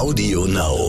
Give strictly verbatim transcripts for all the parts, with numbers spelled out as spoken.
Audio Now.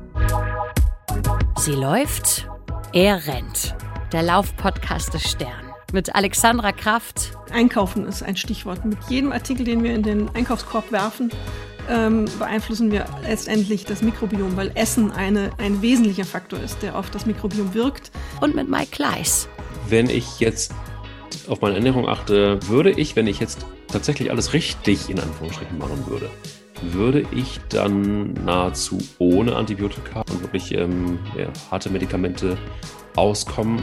Sie läuft, er rennt. Der Lauf-Podcast des Stern. Mit Alexandra Kraft. Einkaufen ist ein Stichwort. Mit jedem Artikel, den wir in den Einkaufskorb werfen, ähm, beeinflussen wir letztendlich das Mikrobiom, weil Essen eine, ein wesentlicher Faktor ist, der auf das Mikrobiom wirkt. Und mit Mike Kleiss. Wenn ich jetzt auf meine Ernährung achte, würde ich, wenn ich jetzt tatsächlich alles richtig in Anführungsstrichen machen würde, würde ich dann nahezu ohne Antibiotika und wirklich ähm, ja, harte Medikamente auskommen.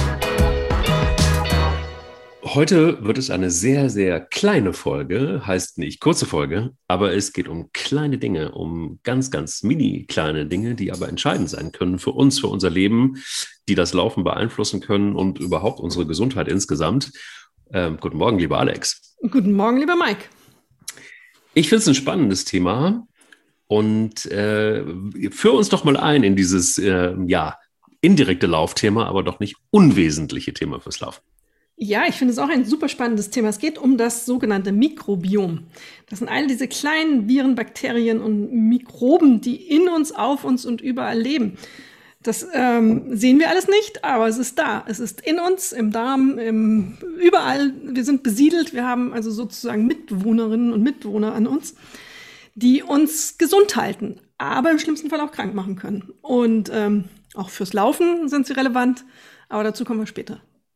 Heute wird es eine sehr, sehr kleine Folge, heißt nicht kurze Folge, aber es geht um kleine Dinge, um ganz, ganz mini kleine Dinge, die aber entscheidend sein können für uns, für unser Leben, die das Laufen beeinflussen können und überhaupt unsere Gesundheit insgesamt. Ähm, guten Morgen, lieber Alex. Guten Morgen, lieber Mike. Ich finde es ein spannendes Thema und äh, führ uns doch mal ein in dieses, äh, ja, indirekte Laufthema, aber doch nicht unwesentliche Thema fürs Laufen. Ja, ich finde es auch ein super spannendes Thema. Es geht um das sogenannte Mikrobiom. Das sind all diese kleinen Viren, Bakterien und Mikroben, die in uns, auf uns und überall leben. Das ähm, sehen wir alles nicht, aber es ist da. Es ist in uns, im Darm, im, überall. Wir sind besiedelt. Wir haben also sozusagen Mitbewohnerinnen und Mitbewohner an uns, die uns gesund halten, aber im schlimmsten Fall auch krank machen können. Und ähm, auch fürs Laufen sind sie relevant, aber dazu kommen wir später.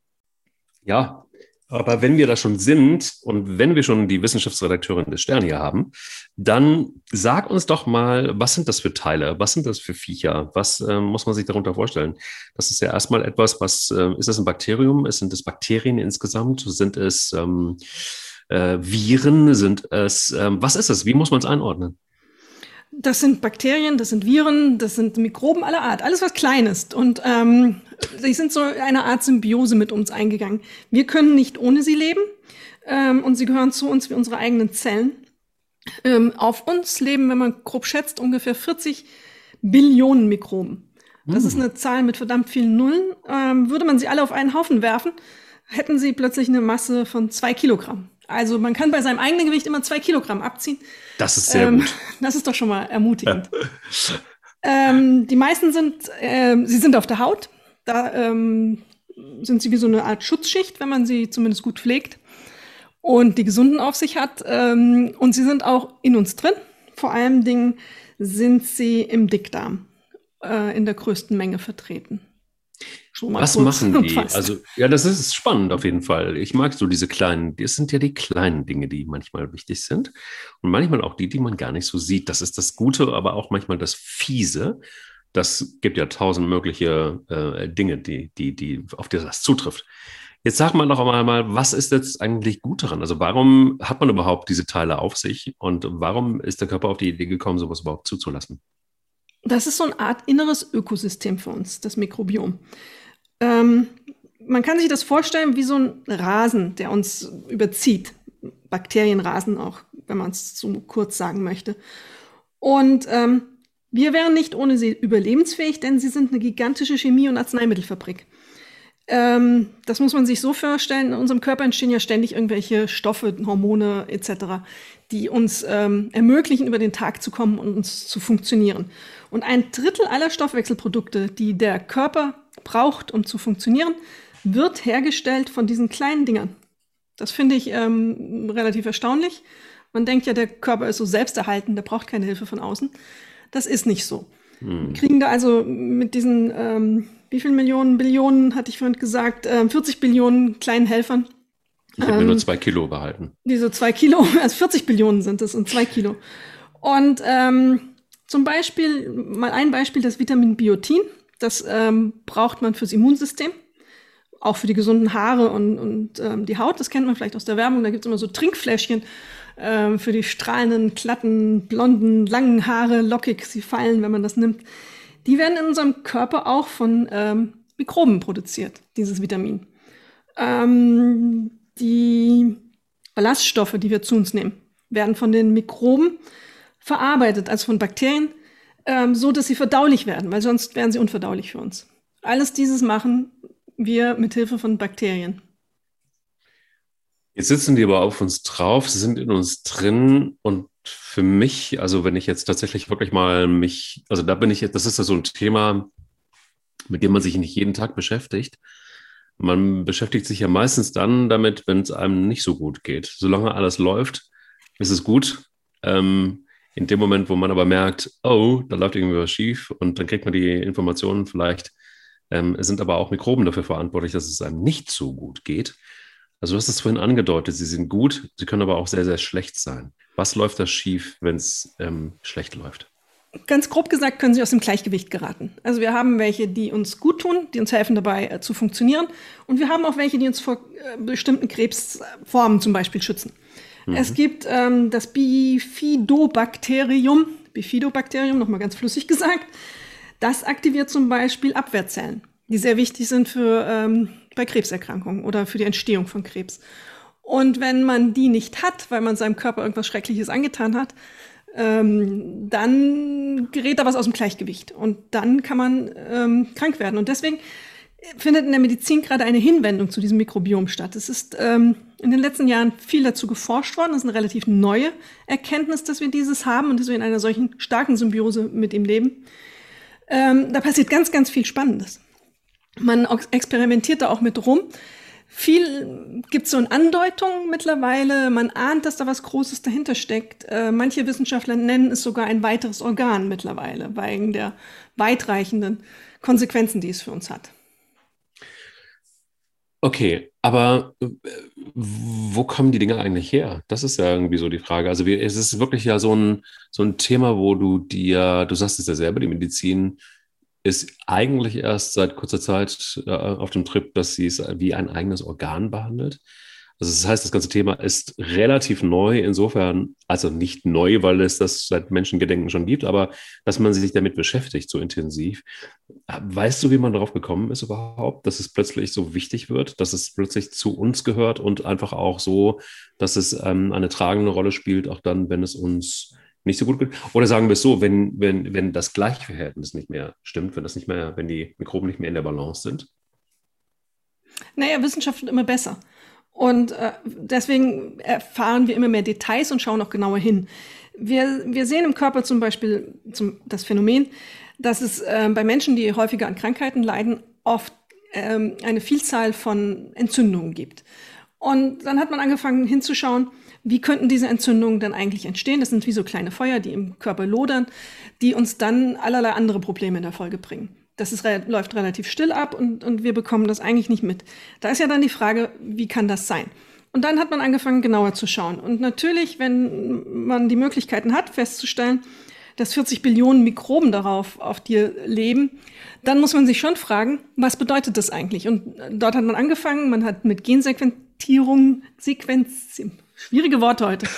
Ja, aber wenn wir da schon sind und wenn wir schon die Wissenschaftsredakteurin des Stern hier haben, dann sag uns doch mal, was sind das für Teile? Was sind das für Viecher? Was äh, muss man sich darunter vorstellen? Das ist ja erstmal etwas, was, äh, ist das ein Bakterium? Sind es Bakterien insgesamt? Sind es ähm, äh, Viren? Sind es, ähm, was ist es? Wie muss man es einordnen? Das sind Bakterien, das sind Viren, das sind Mikroben aller Art, alles was klein ist. Und ähm, sie sind so eine Art Symbiose mit uns eingegangen. Wir können nicht ohne sie leben ähm, und sie gehören zu uns wie unsere eigenen Zellen. Ähm, auf uns leben, wenn man grob schätzt, ungefähr vierzig Billionen Mikroben. Das mhm. ist eine Zahl mit verdammt vielen Nullen. Ähm, würde man sie alle auf einen Haufen werfen, hätten sie plötzlich eine Masse von zwei Kilogramm. Also man kann bei seinem eigenen Gewicht immer zwei Kilogramm abziehen. Das ist sehr ähm, gut. Das ist doch schon mal ermutigend. ähm, die meisten sind, ähm, sie sind auf der Haut. Da ähm, sind sie wie so eine Art Schutzschicht, wenn man sie zumindest gut pflegt und die Gesunden auf sich hat. Ähm, und sie sind auch in uns drin. Vor allen Dingen sind sie im Dickdarm äh, in der größten Menge vertreten. Was machen die? Also, ja, das ist spannend auf jeden Fall. Ich mag so diese kleinen, das sind ja die kleinen Dinge, die manchmal wichtig sind. Und manchmal auch die, die man gar nicht so sieht. Das ist das Gute, aber auch manchmal das Fiese. Das gibt ja tausend mögliche äh, Dinge, die, die, die, auf die das zutrifft. Jetzt sag mal noch einmal, was ist jetzt eigentlich gut daran? Also warum hat man überhaupt diese Teile auf sich? Und warum ist der Körper auf die Idee gekommen, sowas überhaupt zuzulassen? Das ist so eine Art inneres Ökosystem für uns, das Mikrobiom. Ähm, man kann sich das vorstellen wie so ein Rasen, der uns überzieht. Bakterienrasen auch, wenn man es so kurz sagen möchte. Und ähm, wir wären nicht ohne sie überlebensfähig, denn sie sind eine gigantische Chemie- und Arzneimittelfabrik. Ähm, das muss man sich so vorstellen, in unserem Körper entstehen ja ständig irgendwelche Stoffe, Hormone et cetera, die uns ähm, ermöglichen, über den Tag zu kommen und uns zu funktionieren. Und ein Drittel aller Stoffwechselprodukte, die der Körper braucht, um zu funktionieren, wird hergestellt von diesen kleinen Dingern. Das finde ich ähm, relativ erstaunlich. Man denkt ja, der Körper ist so selbsterhaltend, der braucht keine Hilfe von außen. Das ist nicht so. Hm. Wir kriegen da also mit diesen, ähm, wie viel Millionen, Billionen, hatte ich vorhin gesagt, äh, vierzig Billionen kleinen Helfern. Ich habe ähm, mir nur zwei Kilo behalten. Diese zwei Kilo, also vierzig Billionen sind es und zwei Kilo. Und ähm, zum Beispiel, mal ein Beispiel, das Vitamin Biotin. Das ähm, braucht man fürs Immunsystem, auch für die gesunden Haare und, und ähm, die Haut. Das kennt man vielleicht aus der Werbung. Da gibt es immer so Trinkfläschchen ähm, für die strahlenden, glatten, blonden, langen Haare, lockig. Sie fallen, wenn man das nimmt. Die werden in unserem Körper auch von ähm, Mikroben produziert, dieses Vitamin. Ähm, die Ballaststoffe, die wir zu uns nehmen, werden von den Mikroben verarbeitet, also von Bakterien, ähm, so dass sie verdaulich werden, weil sonst wären sie unverdaulich für uns. Alles dieses machen wir mit Hilfe von Bakterien. Jetzt sitzen die aber auf uns drauf, sie sind in uns drin und für mich, also wenn ich jetzt tatsächlich wirklich mal mich, also da bin ich jetzt, das ist ja so ein Thema, mit dem man sich nicht jeden Tag beschäftigt. Man beschäftigt sich ja meistens dann damit, wenn es einem nicht so gut geht. Solange alles läuft, ist es gut. Ähm, in dem Moment, wo man aber merkt, oh, da läuft irgendwie was schief und dann kriegt man die Informationen vielleicht, ähm, es sind aber auch Mikroben dafür verantwortlich, dass es einem nicht so gut geht. Also du hast es vorhin angedeutet, sie sind gut, sie können aber auch sehr, sehr schlecht sein. Was läuft da schief, wenn es ähm, schlecht läuft? Ganz grob gesagt können sie aus dem Gleichgewicht geraten. Also wir haben welche, die uns gut tun, die uns helfen dabei äh, zu funktionieren. Und wir haben auch welche, die uns vor äh, bestimmten Krebsformen zum Beispiel schützen. Mhm. Es gibt ähm, das Bifidobakterium, Bifidobakterium, nochmal ganz flüssig gesagt. Das aktiviert zum Beispiel Abwehrzellen, die sehr wichtig sind für, ähm, bei Krebserkrankungen oder für die Entstehung von Krebs. Und wenn man die nicht hat, weil man seinem Körper irgendwas Schreckliches angetan hat, ähm, dann gerät da was aus dem Gleichgewicht. Und dann kann man ähm, krank werden. Und deswegen findet in der Medizin gerade eine Hinwendung zu diesem Mikrobiom statt. Es ist ähm, in den letzten Jahren viel dazu geforscht worden. Das ist eine relativ neue Erkenntnis, dass wir dieses haben und dass wir in einer solchen starken Symbiose mit ihm leben. Ähm, da passiert ganz, ganz viel Spannendes. Man experimentiert da auch mit rum. Viel gibt es so in Andeutungen mittlerweile. Man ahnt, dass da was Großes dahinter steckt. Äh, manche Wissenschaftler nennen es sogar ein weiteres Organ mittlerweile, wegen der weitreichenden Konsequenzen, die es für uns hat. Okay, aber wo kommen die Dinge eigentlich her? Das ist ja irgendwie so die Frage. Also wir, es ist wirklich ja so ein, so ein Thema, wo du dir, du sagst es ja selber, die Medizin ist eigentlich erst seit kurzer Zeit äh, auf dem Trip, dass sie es wie ein eigenes Organ behandelt. Also das heißt, das ganze Thema ist relativ neu insofern, also nicht neu, weil es das seit Menschengedenken schon gibt, aber dass man sich damit beschäftigt so intensiv. Weißt du, wie man darauf gekommen ist überhaupt, dass es plötzlich so wichtig wird, dass es plötzlich zu uns gehört und einfach auch so, dass es ähm, eine tragende Rolle spielt, auch dann, wenn es uns nicht so gut geht? Oder sagen wir es so, wenn, wenn, wenn das Gleichverhältnis nicht mehr stimmt, wenn das nicht mehr, wenn die Mikroben nicht mehr in der Balance sind? Naja, Wissenschaft wird immer besser. Und äh, deswegen erfahren wir immer mehr Details und schauen auch genauer hin. Wir, wir sehen im Körper zum Beispiel zum, das Phänomen, dass es äh, bei Menschen, die häufiger an Krankheiten leiden, oft ähm, eine Vielzahl von Entzündungen gibt. Und dann hat man angefangen hinzuschauen, wie könnten diese Entzündungen dann eigentlich entstehen? Das sind wie so kleine Feuer, die im Körper lodern, die uns dann allerlei andere Probleme in der Folge bringen. Das ist, läuft relativ still ab und, und wir bekommen das eigentlich nicht mit. Da ist ja dann die Frage, wie kann das sein? Und dann hat man angefangen, genauer zu schauen. Und natürlich, wenn man die Möglichkeiten hat, festzustellen, dass vierzig Billionen Mikroben darauf auf dir leben, dann muss man sich schon fragen, was bedeutet das eigentlich? Und dort hat man angefangen, man hat mit Gensequenzierung, Sequenz, schwierige Worte heute.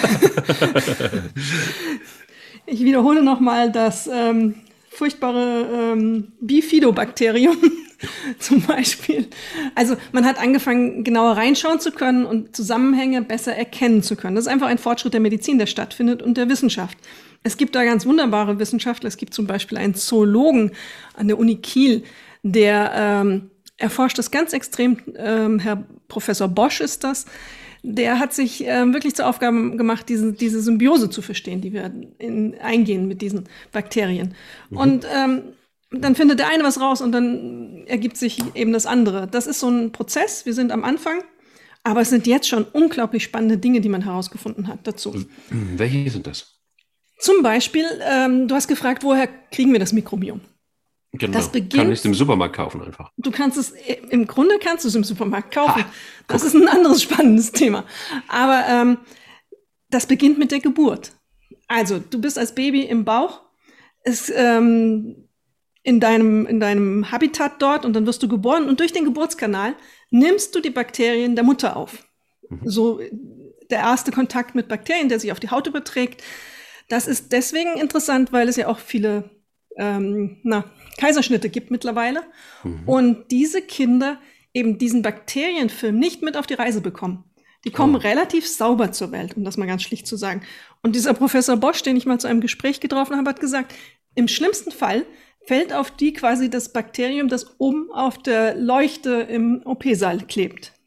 Ich wiederhole nochmal das ähm, furchtbare ähm, Bifidobakterium zum Beispiel. Also man hat angefangen, genauer reinschauen zu können und Zusammenhänge besser erkennen zu können. Das ist einfach ein Fortschritt der Medizin, der stattfindet und der Wissenschaft. Es gibt da ganz wunderbare Wissenschaftler. Es gibt zum Beispiel einen Zoologen an der Uni Kiel, der ähm, erforscht das ganz extrem. Ähm, Herr Professor Bosch ist das. Der hat sich ähm, wirklich zur Aufgabe gemacht, diese, diese Symbiose zu verstehen, die wir in, eingehen mit diesen Bakterien. Mhm. Und ähm, dann findet der eine was raus und dann ergibt sich eben das andere. Das ist so ein Prozess. Wir sind am Anfang. Aber es sind jetzt schon unglaublich spannende Dinge, die man herausgefunden hat dazu. Welche sind das? Zum Beispiel, ähm, du hast gefragt, woher kriegen wir das Mikrobiom? Genau. Das beginnt, kann ich es im Supermarkt kaufen einfach. Du kannst es, im Grunde kannst du es im Supermarkt kaufen. Ha, das ist ein anderes spannendes Thema. Aber ähm, das beginnt mit der Geburt. Also, du bist als Baby im Bauch, ist ähm, in deinem, in deinem Habitat dort und dann wirst du geboren und durch den Geburtskanal nimmst du die Bakterien der Mutter auf. Mhm. So der erste Kontakt mit Bakterien, der sich auf die Haut überträgt. Das ist deswegen interessant, weil es ja auch viele ähm, na, Kaiserschnitte gibt mittlerweile. Mhm. Und diese Kinder eben diesen Bakterienfilm nicht mit auf die Reise bekommen. Die kommen oh. relativ sauber zur Welt, um das mal ganz schlicht zu sagen. Und dieser Professor Bosch, den ich mal zu einem Gespräch getroffen habe, hat gesagt, im schlimmsten Fall fällt auf die quasi das Bakterium, das oben auf der Leuchte im O P-Saal klebt.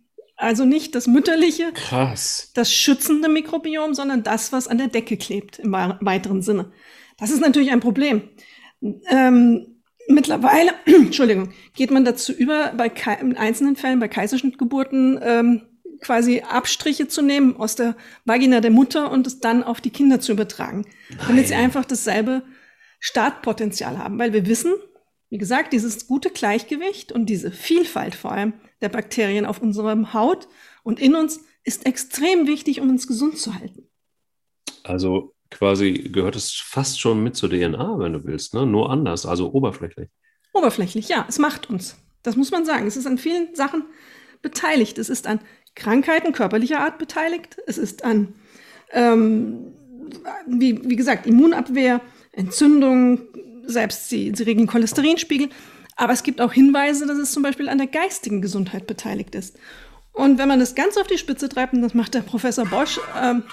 Also nicht das mütterliche, Krass. das schützende Mikrobiom, sondern das, was an der Decke klebt, im weiteren Sinne. Das ist natürlich ein Problem. Ähm, mittlerweile, Entschuldigung, geht man dazu über, bei in einzelnen Fällen, bei Kaiserschnittgeburten, ähm, quasi Abstriche zu nehmen aus der Vagina der Mutter und es dann auf die Kinder zu übertragen, Nein. damit sie einfach dasselbe Startpotenzial haben. Weil wir wissen, wie gesagt, dieses gute Gleichgewicht und diese Vielfalt vor allem der Bakterien auf unserem Haut und in uns ist extrem wichtig, um uns gesund zu halten. Also quasi gehört es fast schon mit zur D N A, wenn du willst, ne? Nur anders, also oberflächlich. Oberflächlich, ja. Es macht uns. Das muss man sagen. Es ist an vielen Sachen beteiligt. Es ist an Krankheiten körperlicher Art beteiligt. Es ist an, ähm, wie, wie gesagt, Immunabwehr, Entzündungen, selbst sie, sie regeln Cholesterinspiegel. Aber es gibt auch Hinweise, dass es zum Beispiel an der geistigen Gesundheit beteiligt ist. Und wenn man das ganz auf die Spitze treibt, und das macht der Professor Bosch. Ähm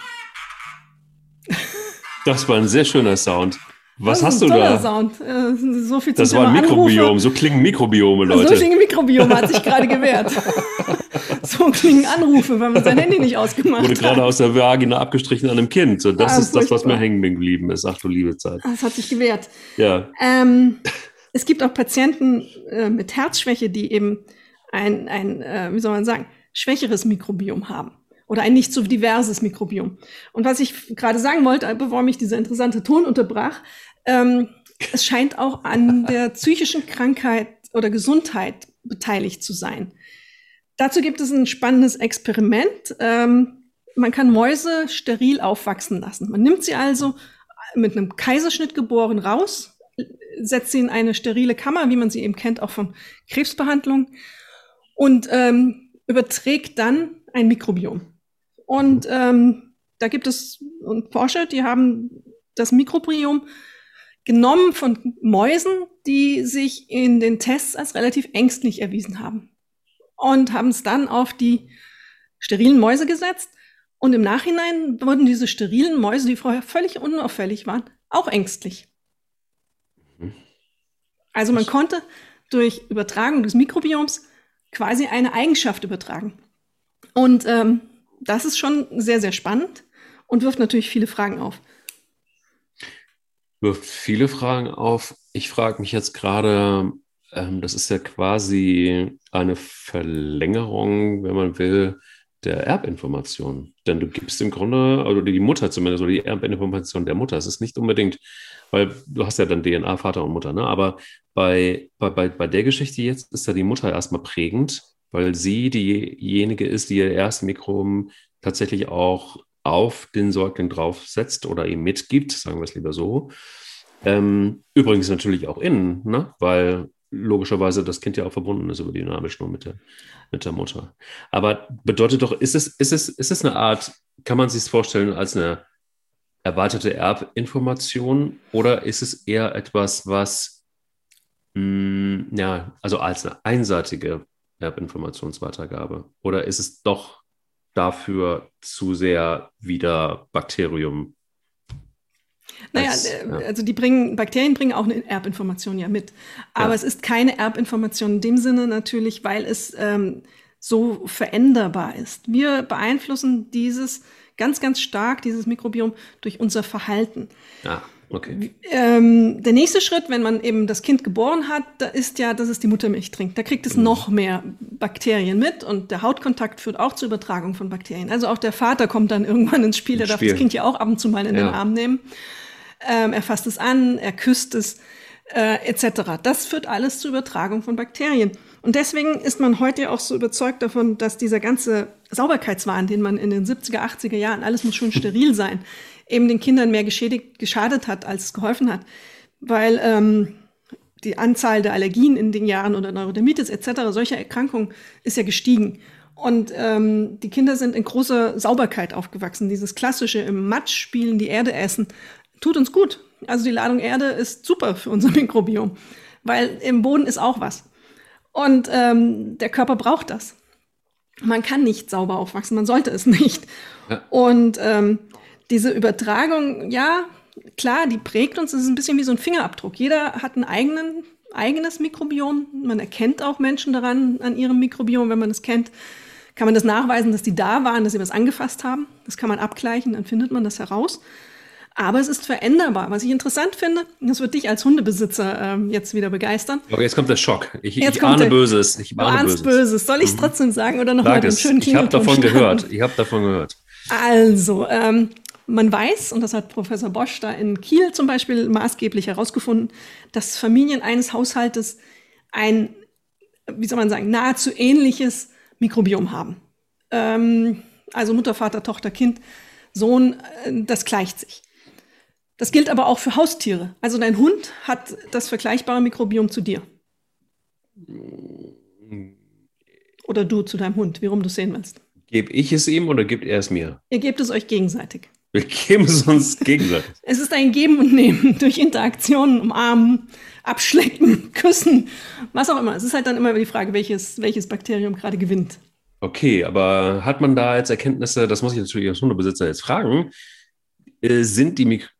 das war ein sehr schöner Sound. Was das hast ist ein du da? Sound. Äh, so viel zum das war ein Mikrobiom. Anrufe. So klingen Mikrobiome, Leute. So klingen Mikrobiome, hat sich gerade gewehrt. So klingen Anrufe, weil man sein Handy nicht ausgemacht Wurde hat. Wurde gerade aus der Vagina abgestrichen an einem Kind. So, das ah, ist das, was mir hängen geblieben ist. Ach du liebe Zeit. Das hat sich gewehrt. Ja. Ähm, es gibt auch Patienten äh, mit Herzschwäche, die eben ein, ein äh, wie soll man sagen, schwächeres Mikrobiom haben. Oder ein nicht so diverses Mikrobiom. Und was ich gerade sagen wollte, bevor mich dieser interessante Ton unterbrach, ähm, es scheint auch an der psychischen Krankheit oder Gesundheit beteiligt zu sein. Dazu gibt es ein spannendes Experiment. Ähm, man kann Mäuse steril aufwachsen lassen. Man nimmt sie also mit einem Kaiserschnitt geboren raus, setzt sie in eine sterile Kammer, wie man sie eben kennt, auch von Krebsbehandlung, und ähm, überträgt dann ein Mikrobiom. Und ähm, da gibt es Forscher, die haben das Mikrobiom genommen von Mäusen, die sich in den Tests als relativ ängstlich erwiesen haben. Und haben es dann auf die sterilen Mäuse gesetzt. Und im Nachhinein wurden diese sterilen Mäuse, die vorher völlig unauffällig waren, auch ängstlich. Also man konnte durch Übertragung des Mikrobioms quasi eine Eigenschaft übertragen. Und ähm, das ist schon sehr, sehr spannend und wirft natürlich viele Fragen auf. Wirft viele Fragen auf. Ich frage mich jetzt gerade, ähm, das ist ja quasi eine Verlängerung, wenn man will, der Erbinformation. Denn du gibst im Grunde, oder die Mutter zumindest, oder die Erbinformation der Mutter. Es ist nicht unbedingt, weil du hast ja dann D N A, Vater und Mutter, ne? Aber bei, bei, bei, bei der Geschichte jetzt ist ja die Mutter erstmal prägend, weil sie diejenige ist, die ihr erstes Mikrobiom tatsächlich auch auf den Säugling draufsetzt oder ihm mitgibt, sagen wir es lieber so. Ähm, übrigens natürlich auch innen, ne? Weil logischerweise das Kind ja auch verbunden ist über die Nabelschnur mit der, mit der Mutter. Aber bedeutet doch, ist es, ist es, ist es eine Art, kann man sich es vorstellen als eine erweiterte Erbinformation oder ist es eher etwas, was, mh, ja, also als eine einseitige Erbinformationsweitergabe? Oder ist es doch dafür zu sehr wieder Bakterium? Naja, als, ja. also die bringen, Bakterien bringen auch eine Erbinformation ja mit. Aber ja. es ist keine Erbinformation in dem Sinne natürlich, weil es ähm, so veränderbar ist. Wir beeinflussen dieses ganz, ganz stark, dieses Mikrobiom, durch unser Verhalten. Ah, okay. Ähm, der nächste Schritt, wenn man eben das Kind geboren hat, da ist ja, dass es die Muttermilch trinkt. Da kriegt es mhm. noch mehr Bakterien mit und der Hautkontakt führt auch zur Übertragung von Bakterien. Also auch der Vater kommt dann irgendwann ins Spiel. Der darf das Kind ja auch ab und zu mal in ja. den Arm nehmen. Ähm, er fasst es an, er küsst es, äh, et cetera. Das führt alles zur Übertragung von Bakterien. Und deswegen ist man heute auch so überzeugt davon, dass dieser ganze Sauberkeitswahn, den man in den siebziger, achtziger Jahren, alles muss schön steril sein, eben den Kindern mehr geschädigt, geschadet hat, als es geholfen hat. Weil ähm, die Anzahl der Allergien in den Jahren oder Neurodermitis et cetera, solcher Erkrankungen ist ja gestiegen. Und ähm, die Kinder sind in großer Sauberkeit aufgewachsen. Dieses klassische im Matsch spielen, die Erde essen, tut uns gut. Also die Ladung Erde ist super für unser Mikrobiom, weil im Boden ist auch was. Und ähm, der Körper braucht das. Man kann nicht sauber aufwachsen, man sollte es nicht. Ja. Und ähm, diese Übertragung, ja, klar, die prägt uns. Das ist ein bisschen wie so ein Fingerabdruck. Jeder hat ein eigenen, eigenes Mikrobiom. Man erkennt auch Menschen daran, an ihrem Mikrobiom, wenn man es kennt. kann man das nachweisen, dass die da waren, dass sie was angefasst haben. Das kann man abgleichen, dann findet man das heraus. Aber es ist veränderbar. Was ich interessant finde, das wird dich als Hundebesitzer ähm, jetzt wieder begeistern. Okay, jetzt kommt der Schock. Ich, ich ahne der, Böses. Ich du ahnst Böses. Böses. Soll ich es mhm. trotzdem sagen oder nochmal den schönen Ich habe davon gehört. Ich habe davon gehört. Also, ähm, man weiß, und das hat Professor Bosch da in Kiel zum Beispiel maßgeblich herausgefunden, dass Familien eines Haushaltes ein, wie soll man sagen, nahezu ähnliches Mikrobiom haben. Ähm, also Mutter, Vater, Tochter, Kind, Sohn, äh, das gleicht sich. Das gilt aber auch für Haustiere. Also dein Hund hat das vergleichbare Mikrobiom zu dir. Oder du zu deinem Hund, wie rum du es sehen willst. Gebe ich es ihm oder gibt er es mir? Ihr gebt es euch gegenseitig. Wir geben es uns gegenseitig. Es ist ein Geben und Nehmen durch Interaktionen, Umarmen, Abschlecken, Küssen, was auch immer. Es ist halt dann immer die Frage, welches, welches Bakterium gerade gewinnt. Okay, aber hat man da jetzt Erkenntnisse, das muss ich natürlich als Hundebesitzer jetzt fragen, äh, sind die Mikroben,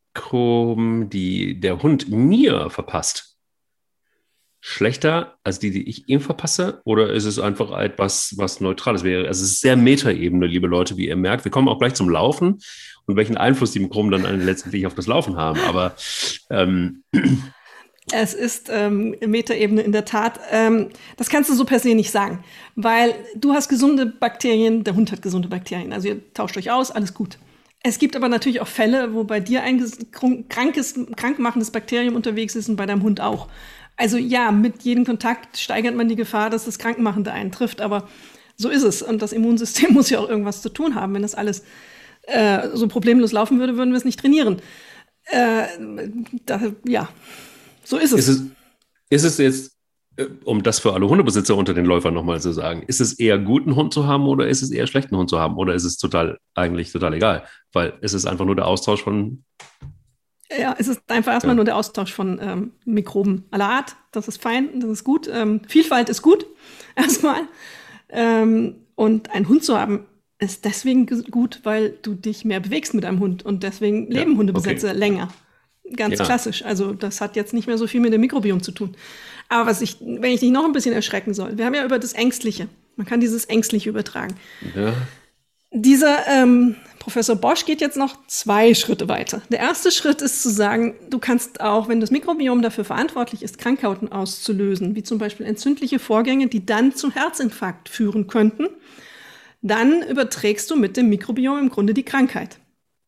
die der Hund mir verpasst, schlechter als die, die ich ihm verpasse? Oder ist es einfach etwas, was Neutrales wäre? Also es ist sehr Metaebene, liebe Leute, wie ihr merkt. Wir kommen auch gleich zum Laufen und welchen Einfluss die Mikroben dann letztendlich auf das Laufen haben. Aber ähm, es ist ähm, Metaebene in der Tat. Ähm, das kannst du so per se nicht sagen, weil du hast gesunde Bakterien, der Hund hat gesunde Bakterien. Also ihr tauscht euch aus, alles gut. Es gibt aber natürlich auch Fälle, wo bei dir ein krankes, krankmachendes Bakterium unterwegs ist und bei deinem Hund auch. Also ja, mit jedem Kontakt steigert man die Gefahr, dass das Krankmachende eintrifft, aber so ist es. Und das Immunsystem muss ja auch irgendwas zu tun haben. Wenn das alles äh, so problemlos laufen würde, würden wir es nicht trainieren. Äh, da, ja, so ist es. Ist es, ist es jetzt, um das für alle Hundebesitzer unter den Läufern nochmal zu sagen, ist es eher gut, einen Hund zu haben oder ist es eher schlecht, einen Hund zu haben? Oder ist es total, eigentlich total egal? Weil es ist einfach nur der Austausch von... Ja, es ist einfach erstmal ja. nur der Austausch von ähm, Mikroben aller Art. Das ist fein, das ist gut. Ähm, Vielfalt ist gut, erstmal. Ähm, und einen Hund zu haben, ist deswegen gut, weil du dich mehr bewegst mit einem Hund. Und deswegen leben ja, Hundebesitzer okay. länger. Ganz ja. klassisch. Also das hat jetzt nicht mehr so viel mit dem Mikrobiom zu tun. Aber was ich, wenn ich dich noch ein bisschen erschrecken soll, wir haben ja über das Ängstliche. Man kann dieses Ängstliche übertragen. Ja. Dieser ähm, Professor Bosch geht jetzt noch zwei Schritte weiter. Der erste Schritt ist zu sagen, du kannst auch, wenn das Mikrobiom dafür verantwortlich ist, Krankheiten auszulösen, wie zum Beispiel entzündliche Vorgänge, die dann zu Herzinfarkt führen könnten, dann überträgst du mit dem Mikrobiom im Grunde die Krankheit.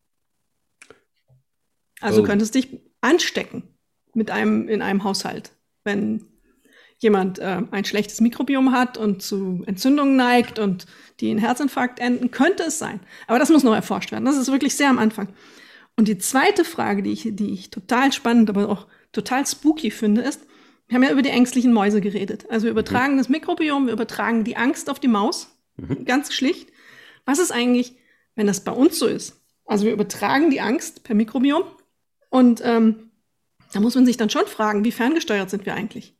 Also oh. könntest dich anstecken mit einem, in einem Haushalt, wenn jemand äh, ein schlechtes Mikrobiom hat und zu Entzündungen neigt und die in Herzinfarkt enden, könnte es sein. Aber das muss noch erforscht werden. Das ist wirklich sehr am Anfang. Und die zweite Frage, die ich, die ich total spannend, aber auch total spooky finde, ist, wir haben ja über die ängstlichen Mäuse geredet. Also wir übertragen mhm. das Mikrobiom, wir übertragen die Angst auf die Maus. Mhm. Ganz schlicht. Was ist eigentlich, wenn das bei uns so ist? Also wir übertragen die Angst per Mikrobiom und ähm, da muss man sich dann schon fragen, wie ferngesteuert sind wir eigentlich?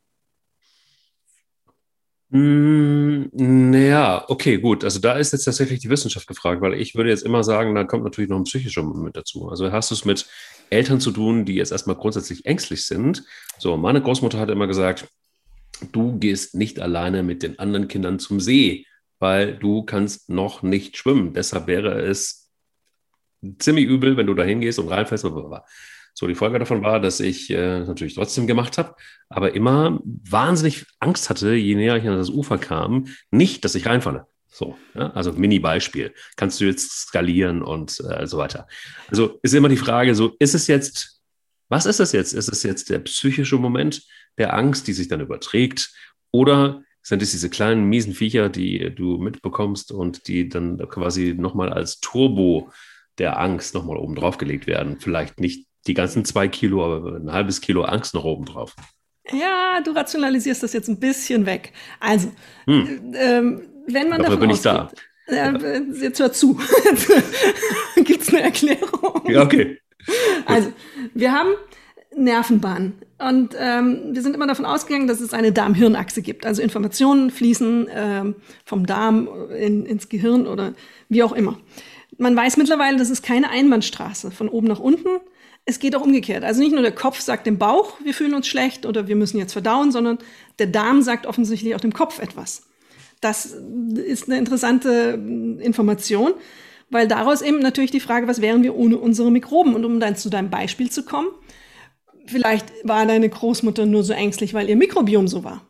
Naja, okay, gut. Also da ist jetzt tatsächlich die Wissenschaft gefragt, weil ich würde jetzt immer sagen, da kommt natürlich noch ein psychischer Moment dazu. Also hast du es mit Eltern zu tun, die jetzt erstmal grundsätzlich ängstlich sind. So, meine Großmutter hat immer gesagt, du gehst nicht alleine mit den anderen Kindern zum See, weil du kannst noch nicht schwimmen. Deshalb wäre es ziemlich übel, wenn du da hingehst und reinfällst. Blablabla. So, die Folge davon war, dass ich äh, natürlich trotzdem gemacht habe, aber immer wahnsinnig Angst hatte, je näher ich an das Ufer kam, nicht, dass ich reinfalle. So, ja? Also Mini-Beispiel. Kannst du jetzt skalieren und äh, so weiter. Also ist immer die Frage, so ist es jetzt, was ist es jetzt? Ist es jetzt der psychische Moment der Angst, die sich dann überträgt? Oder sind es diese kleinen miesen Viecher, die du mitbekommst und die dann quasi nochmal als Turbo der Angst nochmal oben drauf gelegt werden? Vielleicht nicht die ganzen zwei Kilo, aber ein halbes Kilo Angst noch oben drauf. Ja, du rationalisierst das jetzt ein bisschen weg. Also, hm. ähm, wenn man Dafür davon bin ich da. Äh, ja. Jetzt hör zu. Gibt's eine Erklärung? Ja, okay. Also, wir haben Nervenbahnen. Und ähm, wir sind immer davon ausgegangen, dass es eine Darm-Hirn-Achse gibt. Also Informationen fließen ähm, vom Darm in, ins Gehirn oder wie auch immer. Man weiß mittlerweile, das ist keine Einbahnstraße von oben nach unten. Es geht auch umgekehrt. Also nicht nur der Kopf sagt dem Bauch, wir fühlen uns schlecht oder wir müssen jetzt verdauen, sondern der Darm sagt offensichtlich auch dem Kopf etwas. Das ist eine interessante Information, weil daraus eben natürlich die Frage, was wären wir ohne unsere Mikroben? Und um dann zu deinem Beispiel zu kommen, vielleicht war deine Großmutter nur so ängstlich, weil ihr Mikrobiom so war.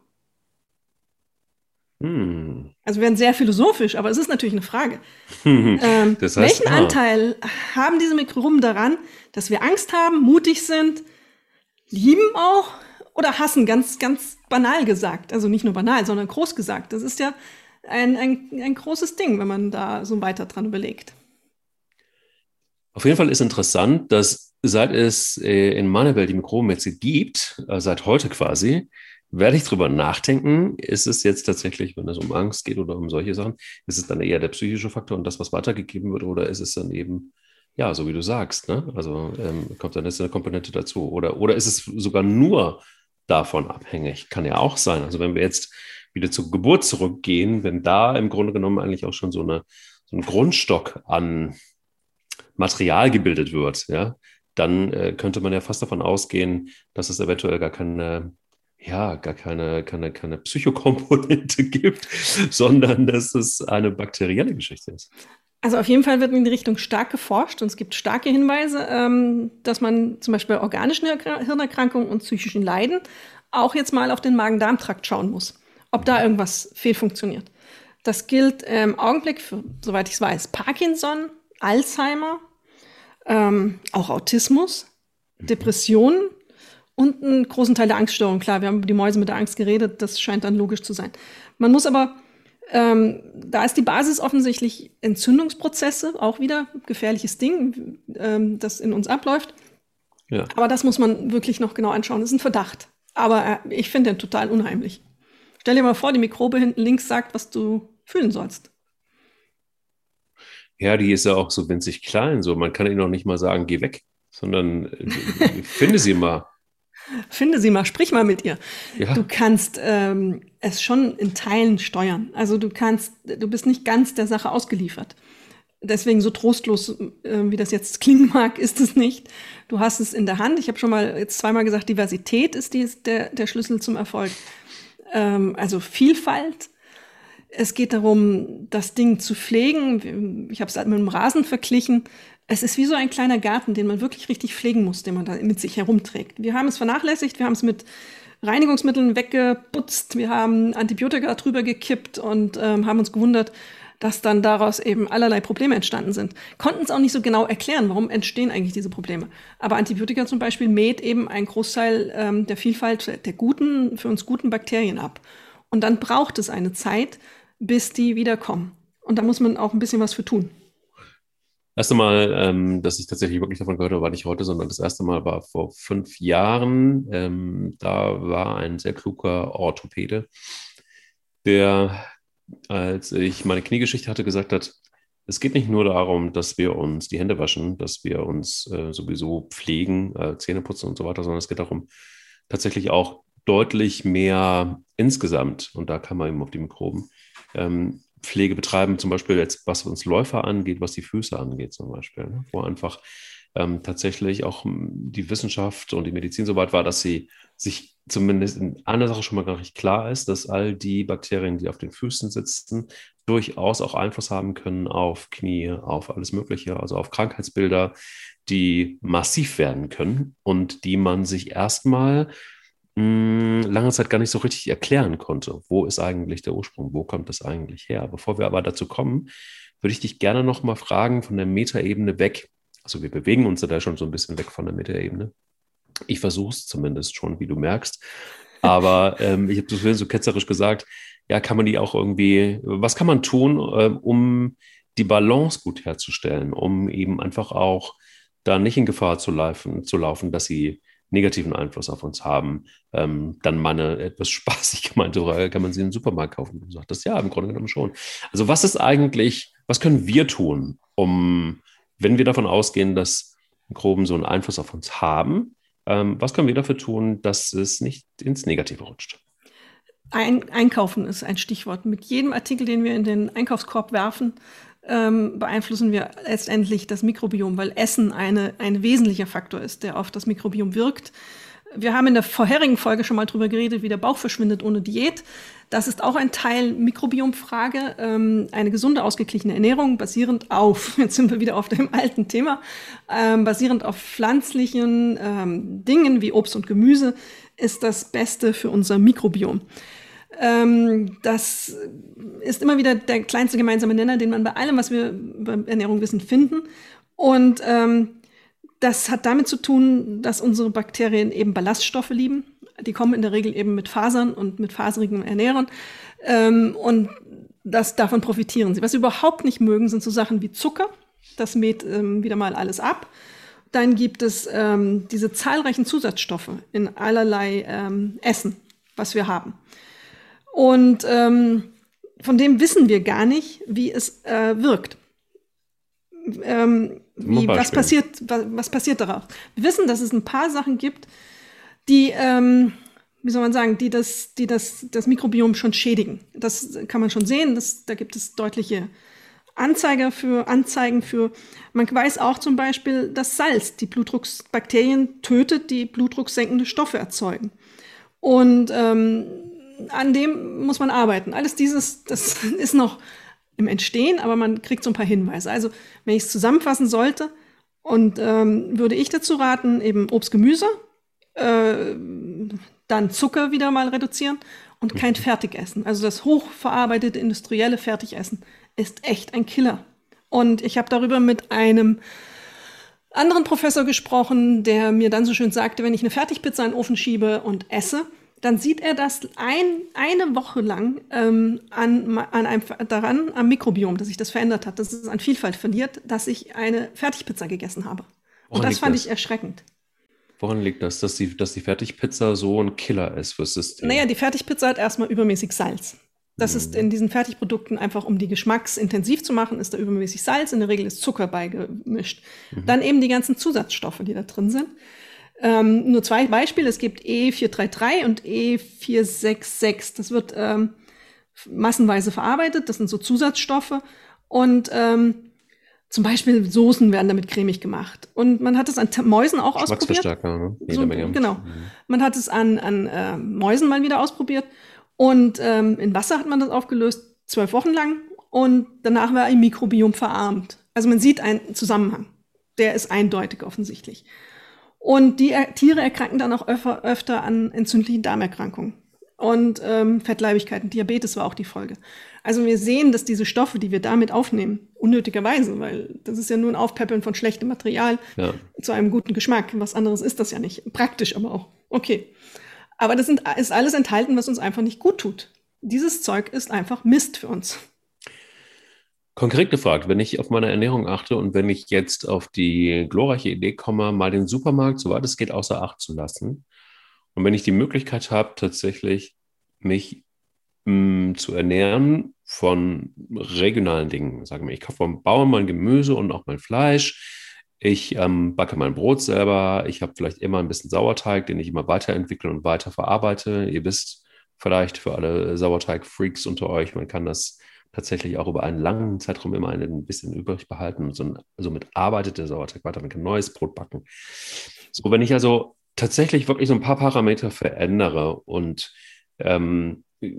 Hm. Also wir werden sehr philosophisch, aber es ist natürlich eine Frage. ähm, das heißt, welchen ah. Anteil haben diese Mikroben daran, dass wir Angst haben, mutig sind, lieben auch oder hassen, ganz, ganz banal gesagt. Also nicht nur banal, sondern groß gesagt. Das ist ja ein, ein, ein großes Ding, wenn man da so weiter dran überlegt. Auf jeden Fall ist interessant, dass seit es in meiner Welt die Mikroben jetzt gibt, seit heute quasi, werde ich drüber nachdenken, ist es jetzt tatsächlich, wenn es um Angst geht oder um solche Sachen, ist es dann eher der psychische Faktor und das, was weitergegeben wird, oder ist es dann eben, ja, so wie du sagst, ne? Also ähm, kommt dann jetzt eine Komponente dazu, oder, oder ist es sogar nur davon abhängig? Kann ja auch sein. Also wenn wir jetzt wieder zur Geburt zurückgehen, wenn da im Grunde genommen eigentlich auch schon so, eine, so ein Grundstock an Material gebildet wird, ja, dann äh, könnte man ja fast davon ausgehen, dass es eventuell gar keine ja, gar keine, keine, keine Psychokomponente gibt, sondern dass es eine bakterielle Geschichte ist. Also auf jeden Fall wird in die Richtung stark geforscht und es gibt starke Hinweise, ähm, dass man zum Beispiel bei organischen Hirnerkrankungen und psychischen Leiden auch jetzt mal auf den Magen-Darm-Trakt schauen muss, ob da irgendwas fehlfunktioniert. Das gilt im ähm, Augenblick für, soweit ich es weiß, Parkinson, Alzheimer, ähm, auch Autismus, mhm. Depressionen, und einen großen Teil der Angststörung. Klar, wir haben über die Mäuse mit der Angst geredet, das scheint dann logisch zu sein. Man muss aber, ähm, da ist die Basis offensichtlich Entzündungsprozesse, auch wieder gefährliches Ding, ähm, das in uns abläuft. Ja. Aber das muss man wirklich noch genau anschauen. Das ist ein Verdacht. Aber äh, ich finde den total unheimlich. Stell dir mal vor, die Mikrobe hinten links sagt, was du fühlen sollst. Ja, die ist ja auch so winzig klein. So. Man kann ihnen noch nicht mal sagen, geh weg, sondern äh, finde sie mal. Finde sie mal, sprich mal mit ihr. Ja. Du kannst ähm, es schon in Teilen steuern. Also du kannst, du bist nicht ganz der Sache ausgeliefert. Deswegen so trostlos, äh, wie das jetzt klingen mag, ist es nicht. Du hast es in der Hand. Ich habe schon mal jetzt zweimal gesagt, Diversität ist die, der, der Schlüssel zum Erfolg. Ähm, also Vielfalt. Es geht darum, das Ding zu pflegen. Ich habe es mit dem Rasen verglichen. Es ist wie so ein kleiner Garten, den man wirklich richtig pflegen muss, den man da mit sich herumträgt. Wir haben es vernachlässigt, wir haben es mit Reinigungsmitteln weggeputzt, wir haben Antibiotika drüber gekippt und ähm, haben uns gewundert, dass dann daraus eben allerlei Probleme entstanden sind. Konnten es auch nicht so genau erklären, warum entstehen eigentlich diese Probleme. Aber Antibiotika zum Beispiel mäht eben einen Großteil ähm, der Vielfalt der guten, für uns guten Bakterien ab. Und dann braucht es eine Zeit, bis die wiederkommen. Und da muss man auch ein bisschen was für tun. Das erste Mal, ähm, dass ich tatsächlich wirklich davon gehört habe, war nicht heute, sondern das erste Mal war vor fünf Jahren. Ähm, da war ein sehr kluger Orthopäde, der, als ich meine Kniegeschichte hatte, gesagt hat, es geht nicht nur darum, dass wir uns die Hände waschen, dass wir uns äh, sowieso pflegen, äh, Zähne putzen und so weiter, sondern es geht darum, tatsächlich auch deutlich mehr insgesamt, und da kann man eben auf die Mikroben, ähm, Pflege betreiben, zum Beispiel jetzt, was uns Läufer angeht, was die Füße angeht zum Beispiel, ne? Wo einfach ähm, tatsächlich auch die Wissenschaft und die Medizin so weit war, dass sie sich zumindest in einer Sache schon mal gar nicht klar ist, dass all die Bakterien, die auf den Füßen sitzen, durchaus auch Einfluss haben können auf Knie, auf alles Mögliche, also auf Krankheitsbilder, die massiv werden können und die man sich erstmal lange Zeit gar nicht so richtig erklären konnte. Wo ist eigentlich der Ursprung? Wo kommt das eigentlich her? Bevor wir aber dazu kommen, würde ich dich gerne noch mal fragen von der Metaebene weg. Also wir bewegen uns da schon so ein bisschen weg von der Metaebene. Ich versuche es zumindest schon, wie du merkst. Aber ähm, ich habe das vorhin so ketzerisch gesagt, ja, kann man die auch irgendwie, was kann man tun, ähm, um die Balance gut herzustellen, um eben einfach auch da nicht in Gefahr zu laufen, zu laufen, dass sie negativen Einfluss auf uns haben. Ähm, dann mal eine etwas spaßig gemeinte Frage, kann man sie im Supermarkt kaufen? Du sagtest, ja, im Grunde genommen schon. Also was ist eigentlich, was können wir tun, um, wenn wir davon ausgehen, dass Mikroben so einen Einfluss auf uns haben, ähm, was können wir dafür tun, dass es nicht ins Negative rutscht? Ein, Einkaufen ist ein Stichwort. Mit jedem Artikel, den wir in den Einkaufskorb werfen, ähm, beeinflussen wir letztendlich das Mikrobiom, weil Essen eine, ein wesentlicher Faktor ist, der auf das Mikrobiom wirkt. Wir haben in der vorherigen Folge schon mal drüber geredet, wie der Bauch verschwindet ohne Diät. Das ist auch ein Teil Mikrobiomfrage. Ähm, eine gesunde, ausgeglichene Ernährung basierend auf, jetzt sind wir wieder auf dem alten Thema, ähm, basierend auf pflanzlichen ähm, Dingen wie Obst und Gemüse ist das Beste für unser Mikrobiom. Ähm, das ist immer wieder der kleinste gemeinsame Nenner, den man bei allem, was wir über Ernährung wissen, finden. Und ähm, das hat damit zu tun, dass unsere Bakterien eben Ballaststoffe lieben. Die kommen in der Regel eben mit Fasern und mit faserigen Ernährern. Ähm, und das, davon profitieren sie. Was sie überhaupt nicht mögen, sind so Sachen wie Zucker. Das mäht ähm, wieder mal alles ab. Dann gibt es ähm, diese zahlreichen Zusatzstoffe in allerlei ähm, Essen, was wir haben. Und ähm, von dem wissen wir gar nicht, wie es äh, wirkt. Ähm, wie, was passiert, was, was passiert darauf? Wir wissen, dass es ein paar Sachen gibt, die, ähm, wie soll man sagen, die das, die das, das Mikrobiom schon schädigen. Das kann man schon sehen. Das, da gibt es deutliche Anzeiger für, Anzeigen für. Man weiß auch zum Beispiel, dass Salz die Blutdrucksbakterien tötet, die blutdrucksenkende Stoffe erzeugen. Und ähm, an dem muss man arbeiten. Alles dieses, das ist noch im Entstehen, aber man kriegt so ein paar Hinweise. Also, wenn ich es zusammenfassen sollte, und ähm, würde ich dazu raten, eben Obst, Gemüse, äh, dann Zucker wieder mal reduzieren und kein Fertigessen. Also das hochverarbeitete industrielle Fertigessen ist echt ein Killer. Und ich habe darüber mit einem anderen Professor gesprochen, der mir dann so schön sagte, wenn ich eine Fertigpizza in den Ofen schiebe und esse, dann sieht er das ein, eine Woche lang ähm, an, an einem, daran am Mikrobiom, dass sich das verändert hat, dass es an Vielfalt verliert, dass ich eine Fertigpizza gegessen habe. Und Woran das fand das? ich erschreckend. Woran liegt das, dass die, dass die Fertigpizza so ein Killer ist fürs System? Naja, die Fertigpizza hat erstmal übermäßig Salz. Das mhm. ist in diesen Fertigprodukten einfach, um die geschmacksintensiv zu machen, ist da übermäßig Salz. In der Regel ist Zucker beigemischt. Mhm. Dann eben die ganzen Zusatzstoffe, die da drin sind. Ähm, nur zwei Beispiele. Es gibt E vier drei drei und E vier sechs sechs. Das wird ähm, massenweise verarbeitet. Das sind so Zusatzstoffe. Und ähm, zum Beispiel Soßen werden damit cremig gemacht. Und man hat es an T- Mäusen auch ausprobiert. Ne? Jede so, Menge. Genau. Mhm. Man hat es an, an äh, Mäusen mal wieder ausprobiert. Und ähm, in Wasser hat man das aufgelöst, zwölf Wochen lang. Und danach war ein Mikrobiom verarmt. Also man sieht einen Zusammenhang. Der ist eindeutig offensichtlich. Und die er- Tiere erkranken dann auch öfter, öfter an entzündlichen Darmerkrankungen. Und ähm, Fettleibigkeiten, Diabetes war auch die Folge. Also wir sehen, dass diese Stoffe, die wir damit aufnehmen, unnötigerweise, weil das ist ja nur ein Aufpäppeln von schlechtem Material ja. zu einem guten Geschmack. Was anderes ist das ja nicht. Praktisch aber auch. Okay. Aber das sind, ist alles enthalten, was uns einfach nicht gut tut. Dieses Zeug ist einfach Mist für uns. Konkret gefragt, wenn ich auf meine Ernährung achte und wenn ich jetzt auf die glorreiche Idee komme, mal den Supermarkt, soweit es geht, außer Acht zu lassen, und wenn ich die Möglichkeit habe, tatsächlich mich mh, zu ernähren von regionalen Dingen, sagen wir, ich kaufe vom Bauern mein Gemüse und auch mein Fleisch, ich ähm, backe mein Brot selber, ich habe vielleicht immer ein bisschen Sauerteig, den ich immer weiterentwickle und weiter verarbeite. Ihr wisst vielleicht für alle Sauerteig-Freaks unter euch, man kann das tatsächlich auch über einen langen Zeitraum immer ein bisschen übrig behalten und so somit arbeitet der Sauerteig weiter, man kann neues Brot backen. So, wenn ich also tatsächlich wirklich so ein paar Parameter verändere und ähm,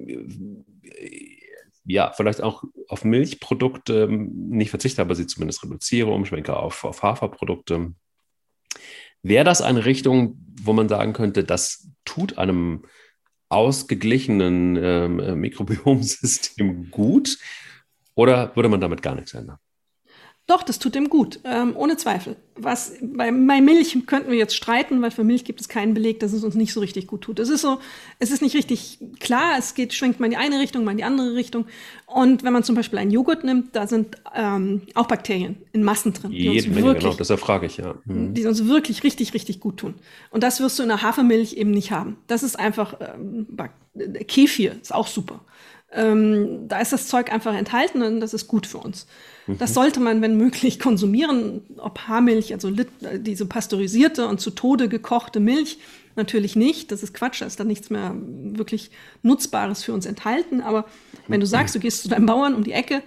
ja, vielleicht auch auf Milchprodukte nicht verzichte, aber sie zumindest reduziere, umschwenke auf, auf Haferprodukte. Wäre das eine Richtung, wo man sagen könnte, das tut einem ausgeglichenen ähm, Mikrobiomsystem gut, oder würde man damit gar nichts ändern? Doch, das tut dem gut, ähm, ohne Zweifel. Was bei, bei Milch könnten wir jetzt streiten, weil für Milch gibt es keinen Beleg, dass es uns nicht so richtig gut tut. Es ist so, es ist nicht richtig klar, es geht, schwenkt mal in die eine Richtung, mal in die andere Richtung. Und wenn man zum Beispiel einen Joghurt nimmt, da sind ähm, auch Bakterien in Massen drin, die uns Jede Menge, wirklich, genau, das erfrage ich, ja. Mhm. die uns wirklich richtig, richtig gut tun. Und das wirst du in der Hafermilch eben nicht haben. Das ist einfach, ähm, Kefir ist auch super. Ähm, da ist das Zeug einfach enthalten und das ist gut für uns. Mhm. Das sollte man, wenn möglich, konsumieren. Ob Haarmilch, also lit- diese pasteurisierte und zu Tode gekochte Milch, natürlich nicht. Das ist Quatsch, da ist dann nichts mehr wirklich Nutzbares für uns enthalten. Aber wenn du sagst, du gehst zu deinem Bauern um die Ecke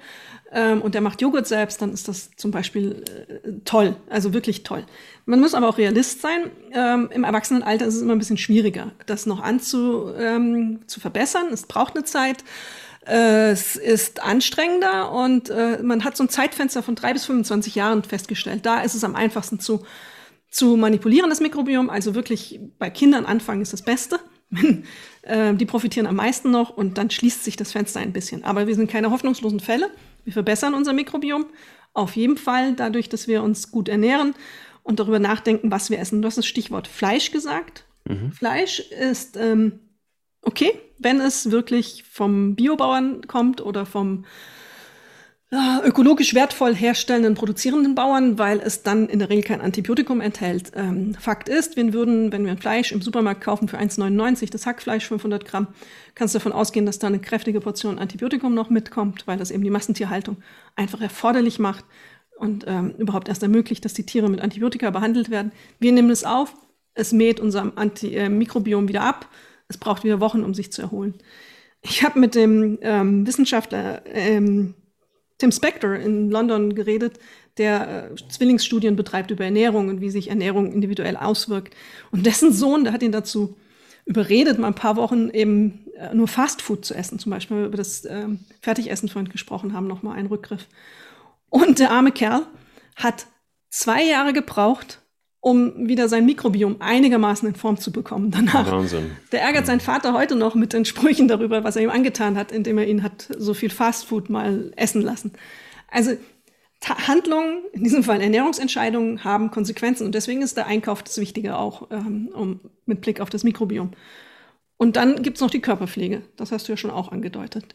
ähm, und der macht Joghurt selbst, dann ist das zum Beispiel äh, toll, also wirklich toll. Man muss aber auch Realist sein. Ähm, im Erwachsenenalter ist es immer ein bisschen schwieriger, das noch anzu, ähm, zu verbessern. Es braucht eine Zeit. Es ist anstrengender und äh, man hat so ein Zeitfenster von drei bis fünfundzwanzig Jahren festgestellt. Da ist es am einfachsten zu, zu manipulieren, das Mikrobiom. Also wirklich bei Kindern anfangen ist das Beste. äh, die profitieren am meisten noch und dann schließt sich das Fenster ein bisschen. Aber wir sind keine hoffnungslosen Fälle. Wir verbessern unser Mikrobiom auf jeden Fall dadurch, dass wir uns gut ernähren und darüber nachdenken, was wir essen. Du hast das Stichwort Fleisch gesagt. Mhm. Fleisch ist ähm, okay, wenn es wirklich vom Biobauern kommt oder vom ja, ökologisch wertvoll herstellenden, produzierenden Bauern, weil es dann in der Regel kein Antibiotikum enthält. Ähm, Fakt ist, wir würden, wenn wir ein Fleisch im Supermarkt kaufen für eins neunundneunzig, das Hackfleisch fünfhundert Gramm, kannst du davon ausgehen, dass da eine kräftige Portion Antibiotikum noch mitkommt, weil das eben die Massentierhaltung einfach erforderlich macht und ähm, überhaupt erst ermöglicht, dass die Tiere mit Antibiotika behandelt werden. Wir nehmen es auf, es mäht unser Anti- äh, Mikrobiom wieder ab. Es braucht wieder Wochen, um sich zu erholen. Ich habe mit dem ähm, Wissenschaftler ähm, Tim Spector in London geredet, der äh, Zwillingsstudien betreibt über Ernährung und wie sich Ernährung individuell auswirkt. Und dessen Sohn, der hat ihn dazu überredet, mal ein paar Wochen eben äh, nur Fastfood zu essen. Zum Beispiel, wenn wir über das ähm, Fertigessen vorhin gesprochen haben, nochmal ein Rückgriff. Und der arme Kerl hat zwei Jahre gebraucht, um wieder sein Mikrobiom einigermaßen in Form zu bekommen danach. Wahnsinn. Der ärgert seinen Vater heute noch mit den Sprüchen darüber, was er ihm angetan hat, indem er ihn hat so viel Fastfood mal essen lassen. Also Ta- Handlungen, in diesem Fall Ernährungsentscheidungen, haben Konsequenzen. Und deswegen ist der Einkauf das Wichtige auch ähm, um, mit Blick auf das Mikrobiom. Und dann gibt's noch die Körperpflege. Das hast du ja schon auch angedeutet.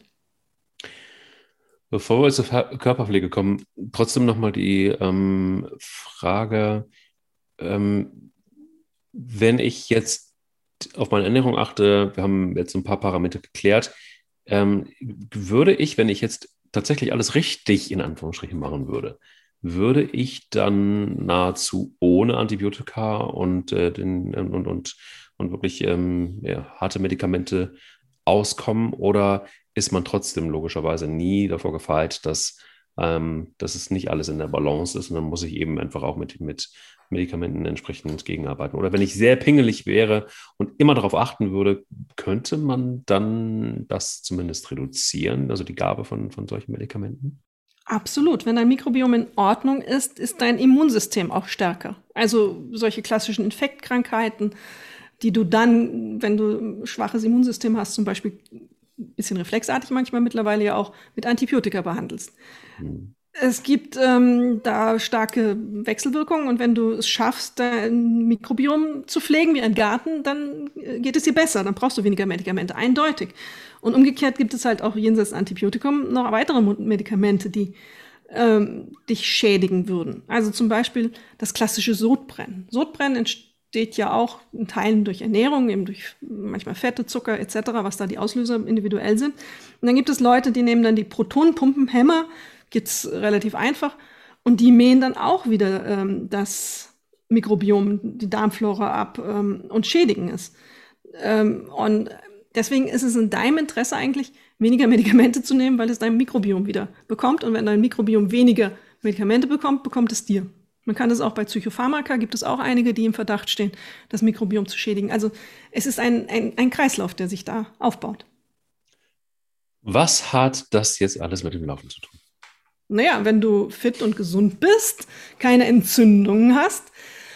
Bevor wir zur Körperpflege kommen, trotzdem nochmal die ähm, Frage, Ähm, wenn ich jetzt auf meine Ernährung achte, wir haben jetzt ein paar Parameter geklärt, ähm, würde ich, wenn ich jetzt tatsächlich alles richtig in Anführungsstrichen machen würde, würde ich dann nahezu ohne Antibiotika und, äh, den, und, und, und wirklich ähm, ja, harte Medikamente auskommen, oder ist man trotzdem logischerweise nie davor gefeit, dass, ähm, dass es nicht alles in der Balance ist, und dann muss ich eben einfach auch mit, mit Medikamenten entsprechend gegenarbeiten. Oder wenn ich sehr pingelig wäre und immer darauf achten würde, könnte man dann das zumindest reduzieren, also die Gabe von, von solchen Medikamenten? Absolut. Wenn dein Mikrobiom in Ordnung ist, ist dein Immunsystem auch stärker. Also solche klassischen Infektkrankheiten, die du dann, wenn du ein schwaches Immunsystem hast, zum Beispiel ein bisschen reflexartig manchmal mittlerweile ja auch, mit Antibiotika behandelst. Hm. Es gibt ähm, da starke Wechselwirkungen, und wenn du es schaffst, dein Mikrobiom zu pflegen wie ein Garten, dann geht es dir besser, dann brauchst du weniger Medikamente, eindeutig. Und umgekehrt gibt es halt auch jenseits Antibiotikum noch weitere Medikamente, die ähm, dich schädigen würden. Also zum Beispiel das klassische Sodbrennen. Sodbrennen entsteht ja auch in Teilen durch Ernährung, eben durch manchmal Fette, Zucker et cetera, was da die Auslöser individuell sind. Und dann gibt es Leute, die nehmen dann die Protonenpumpenhemmer, geht's relativ einfach, und die mähen dann auch wieder ähm, das Mikrobiom, die Darmflora ab ähm, und schädigen es. Ähm, und deswegen ist es in deinem Interesse eigentlich, weniger Medikamente zu nehmen, weil es dein Mikrobiom wieder bekommt. Und wenn dein Mikrobiom weniger Medikamente bekommt, bekommt es dir. Man kann das auch bei Psychopharmaka, gibt es auch einige, die im Verdacht stehen, das Mikrobiom zu schädigen. Also es ist ein, ein, ein Kreislauf, der sich da aufbaut. Was hat das jetzt alles mit dem Laufen zu tun? Naja, wenn du fit und gesund bist, keine Entzündungen hast,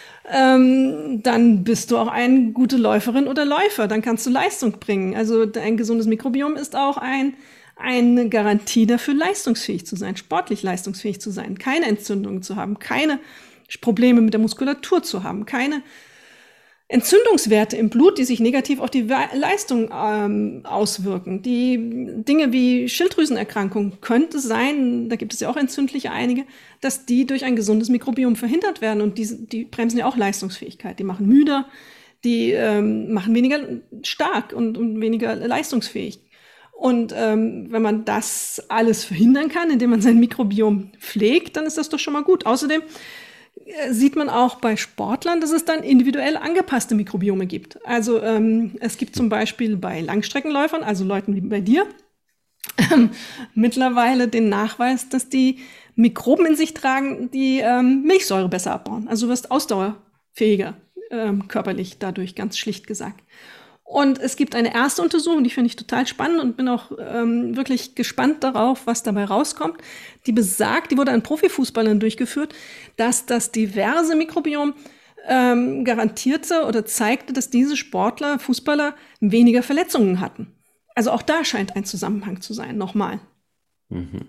ähm, dann bist du auch eine gute Läuferin oder Läufer. Dann kannst du Leistung bringen. Also ein gesundes Mikrobiom ist auch ein, eine Garantie dafür, leistungsfähig zu sein, sportlich leistungsfähig zu sein, keine Entzündungen zu haben, keine Probleme mit der Muskulatur zu haben, keine Entzündungswerte im Blut, die sich negativ auf die Leistung ähm, auswirken. Die Dinge wie Schilddrüsenerkrankungen könnte sein, da gibt es ja auch entzündliche einige, dass die durch ein gesundes Mikrobiom verhindert werden, und die, die bremsen ja auch Leistungsfähigkeit. Die machen müder, die ähm, machen weniger stark und, und weniger leistungsfähig. Und ähm, wenn man das alles verhindern kann, indem man sein Mikrobiom pflegt, dann ist das doch schon mal gut. Außerdem sieht man auch bei Sportlern, dass es dann individuell angepasste Mikrobiome gibt. Also ähm, es gibt zum Beispiel bei Langstreckenläufern, also Leuten wie bei dir, ähm, mittlerweile den Nachweis, dass die Mikroben in sich tragen, die ähm, Milchsäure besser abbauen. Also du wirst ausdauerfähiger ähm, körperlich dadurch, ganz schlicht gesagt. Und es gibt eine erste Untersuchung, die finde ich total spannend und bin auch ähm, wirklich gespannt darauf, was dabei rauskommt. Die besagt, die wurde an Profifußballern durchgeführt, dass das diverse Mikrobiom ähm, garantierte oder zeigte, dass diese Sportler, Fußballer weniger Verletzungen hatten. Also auch da scheint ein Zusammenhang zu sein, nochmal. Mhm.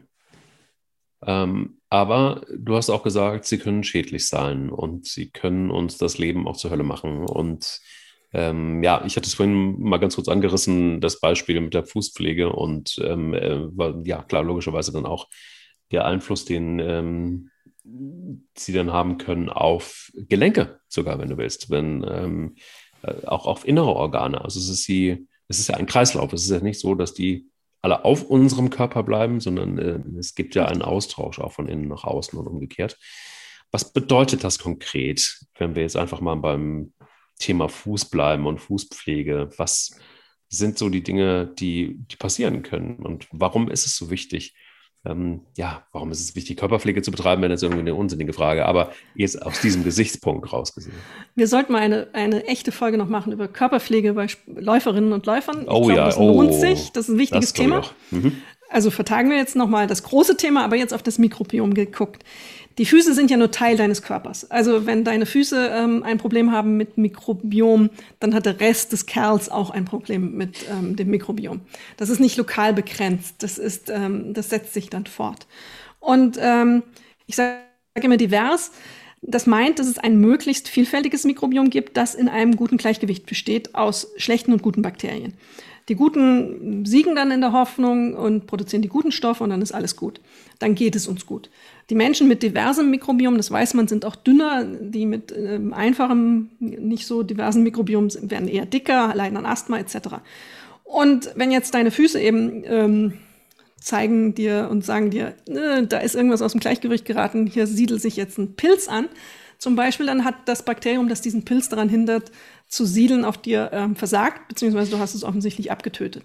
Ähm, aber du hast auch gesagt, sie können schädlich sein und sie können uns das Leben auch zur Hölle machen. Und ähm, ja, ich hatte es vorhin mal ganz kurz angerissen, das Beispiel mit der Fußpflege und ähm, äh, ja, klar, logischerweise dann auch der Einfluss, den ähm, sie dann haben können auf Gelenke, sogar wenn du willst, wenn ähm, äh, auch auf innere Organe. Also es ist sie, es ist ja ein Kreislauf. Es ist ja nicht so, dass die alle auf unserem Körper bleiben, sondern äh, es gibt ja einen Austausch auch von innen nach außen und umgekehrt. Was bedeutet das konkret, wenn wir jetzt einfach mal beim Thema Fuß bleiben und Fußpflege? Was sind so die Dinge, die, die passieren können? Und warum ist es so wichtig? Ähm, ja, warum ist es wichtig, Körperpflege zu betreiben, wenn das irgendwie eine unsinnige Frage, aber jetzt aus diesem Gesichtspunkt rausgesehen. Wir sollten mal eine, eine echte Folge noch machen über Körperpflege bei Läuferinnen und Läufern. Ich oh glaube, ja, das oh, lohnt sich. Das ist ein wichtiges Thema. Mhm. Also vertagen wir jetzt nochmal das große Thema, aber jetzt auf das Mikrobiom geguckt. Die Füße sind ja nur Teil deines Körpers. Also wenn deine Füße ähm, ein Problem haben mit Mikrobiom, dann hat der Rest des Kerls auch ein Problem mit ähm, dem Mikrobiom. Das ist nicht lokal begrenzt. Das ist, ähm, das setzt sich dann fort. Und ähm, ich sage immer divers. Das meint, dass es ein möglichst vielfältiges Mikrobiom gibt, das in einem guten Gleichgewicht besteht aus schlechten und guten Bakterien. Die Guten siegen dann in der Hoffnung und produzieren die guten Stoffe und dann ist alles gut. Dann geht es uns gut. Die Menschen mit diversem Mikrobiom, das weiß man, sind auch dünner. Die mit ähm, einfachem, nicht so diversen Mikrobiom werden eher dicker, leiden an Asthma et cetera. Und wenn jetzt deine Füße eben ähm, zeigen dir und sagen dir, äh, da ist irgendwas aus dem Gleichgewicht geraten, hier siedelt sich jetzt ein Pilz an, zum Beispiel, dann hat das Bakterium, das diesen Pilz daran hindert, zu siedeln, auf dir ähm, versagt, beziehungsweise du hast es offensichtlich abgetötet.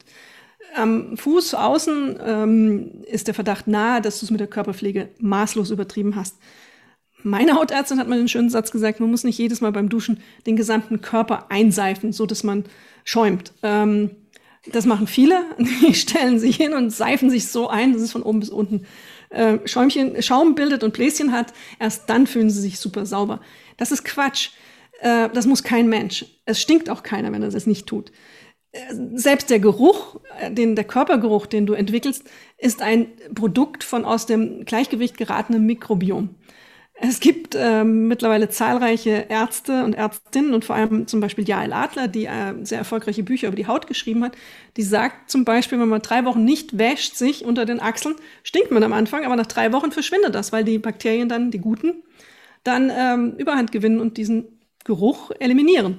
Am Fuß außen ähm, ist der Verdacht nahe, dass du es mit der Körperpflege maßlos übertrieben hast. Meine Hautärztin hat mal den schönen Satz gesagt, man muss nicht jedes Mal beim Duschen den gesamten Körper einseifen, so dass man schäumt. Ähm, das machen viele, die stellen sich hin und seifen sich so ein, dass es von oben bis unten äh, Schäumchen, Schaum bildet und Bläschen hat. Erst dann fühlen sie sich super sauber. Das ist Quatsch. Äh, das muss kein Mensch. Es stinkt auch keiner, wenn er das nicht tut. Äh, selbst der Geruch, äh, den, der Körpergeruch, den du entwickelst, ist ein Produkt von aus dem Gleichgewicht geratenem Mikrobiom. Es gibt äh, mittlerweile zahlreiche Ärzte und Ärztinnen und vor allem zum Beispiel Jael Adler, die äh, sehr erfolgreiche Bücher über die Haut geschrieben hat. Die sagt zum Beispiel, wenn man drei Wochen nicht wäscht sich unter den Achseln, stinkt man am Anfang, aber nach drei Wochen verschwindet das, weil die Bakterien dann, die guten, dann ähm, Überhand gewinnen und diesen Geruch eliminieren.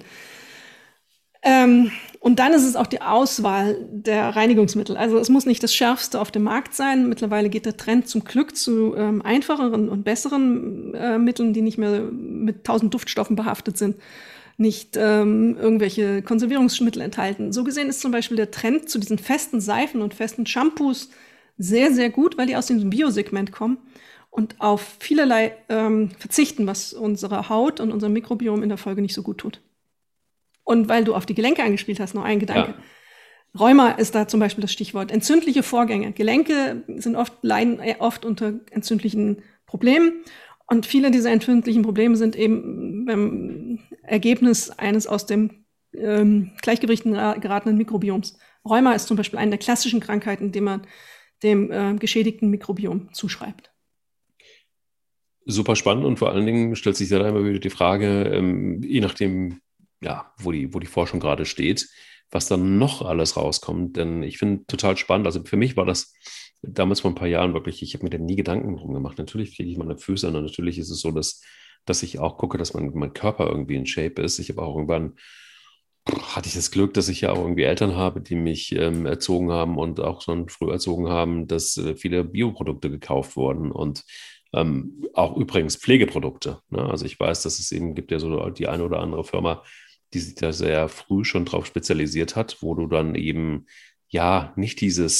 Ähm, und dann ist es auch die Auswahl der Reinigungsmittel. Also es muss nicht das Schärfste auf dem Markt sein. Mittlerweile geht der Trend zum Glück zu ähm, einfacheren und besseren äh, Mitteln, die nicht mehr mit tausend Duftstoffen behaftet sind, nicht ähm, irgendwelche Konservierungsmittel enthalten. So gesehen ist zum Beispiel der Trend zu diesen festen Seifen und festen Shampoos sehr, sehr gut, weil die aus dem Biosegment kommen und auf vielerlei ähm, verzichten, was unserer Haut und unserem Mikrobiom in der Folge nicht so gut tut. Und weil du auf die Gelenke angespielt hast, noch ein Gedanke. Ja. Rheuma ist da zum Beispiel das Stichwort. Entzündliche Vorgänge. Gelenke sind oft, leiden oft unter entzündlichen Problemen. Und viele dieser entzündlichen Probleme sind eben beim Ergebnis eines aus dem ähm, Gleichgewicht geratenen Mikrobioms. Rheuma ist zum Beispiel eine der klassischen Krankheiten, die man dem äh, geschädigten Mikrobiom zuschreibt. Super spannend und vor allen Dingen stellt sich da immer wieder die Frage, ähm, je nachdem, ja, wo die, wo die Forschung gerade steht, was dann noch alles rauskommt. Denn ich finde total spannend, also für mich war das damals vor ein paar Jahren wirklich, ich habe mir da nie Gedanken drum gemacht. Natürlich pflege ich meine Füße und natürlich ist es so, dass, dass ich auch gucke, dass mein, mein Körper irgendwie in Shape ist. Ich habe auch irgendwann, hatte ich das Glück, dass ich ja auch irgendwie Eltern habe, die mich ähm, erzogen haben und auch schon früh erzogen haben, dass äh, viele Bioprodukte gekauft wurden und ähm, auch übrigens Pflegeprodukte. Ne? Also ich weiß, dass es eben gibt ja so die eine oder andere Firma, die sich da sehr früh schon drauf spezialisiert hat, wo du dann eben ja nicht dieses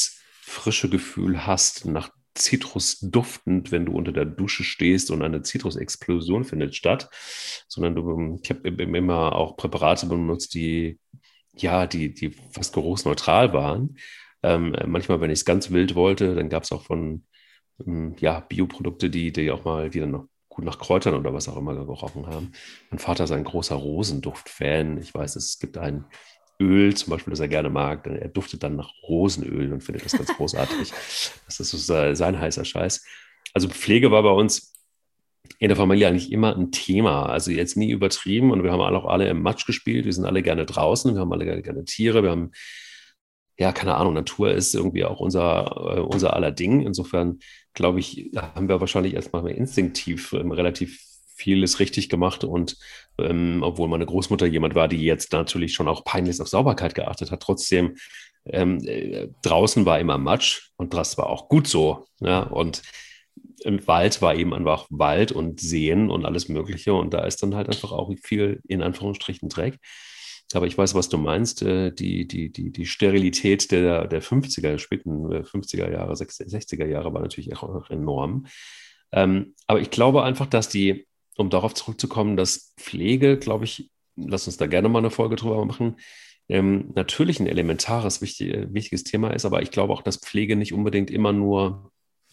frische Gefühl hast, nach Zitrus duftend, wenn du unter der Dusche stehst und eine Zitrusexplosion findet statt, sondern du, ich habe immer auch Präparate benutzt, die ja, die, die fast geruchsneutral waren. Ähm, manchmal, wenn ich es ganz wild wollte, dann gab es auch von ähm, ja, Bioprodukte, die, die auch mal, die dann noch gut nach Kräutern oder was auch immer gerochen haben. Mein Vater ist ein großer Rosenduft-Fan. Ich weiß, es gibt ein Öl zum Beispiel, das er gerne mag. Er duftet dann nach Rosenöl und findet das ganz großartig. Das ist so sein heißer Scheiß. Also Pflege war bei uns in der Familie eigentlich immer ein Thema. Also jetzt nie übertrieben und wir haben auch alle im Matsch gespielt. Wir sind alle gerne draußen. Wir haben alle gerne, gerne Tiere. Wir haben, ja, keine Ahnung, Natur ist irgendwie auch unser, äh, unser aller Ding. Insofern, glaube ich, haben wir wahrscheinlich erstmal instinktiv ähm, relativ vieles richtig gemacht. Und ähm, obwohl meine Großmutter jemand war, die jetzt natürlich schon auch peinlich auf Sauberkeit geachtet hat, trotzdem ähm, äh, draußen war immer Matsch und das war auch gut so. Ja? Und im Wald war eben einfach Wald und Seen und alles Mögliche. Und da ist dann halt einfach auch viel, in Anführungsstrichen, Dreck. Aber ich weiß, was du meinst. Die, die, die, die Sterilität der, der fünfziger, späten fünfziger Jahre, sechziger Jahre war natürlich auch enorm. Aber ich glaube einfach, dass die, um darauf zurückzukommen, dass Pflege, glaube ich, lass uns da gerne mal eine Folge drüber machen, natürlich ein elementares, wichtig, wichtiges Thema ist. Aber ich glaube auch, dass Pflege nicht unbedingt immer nur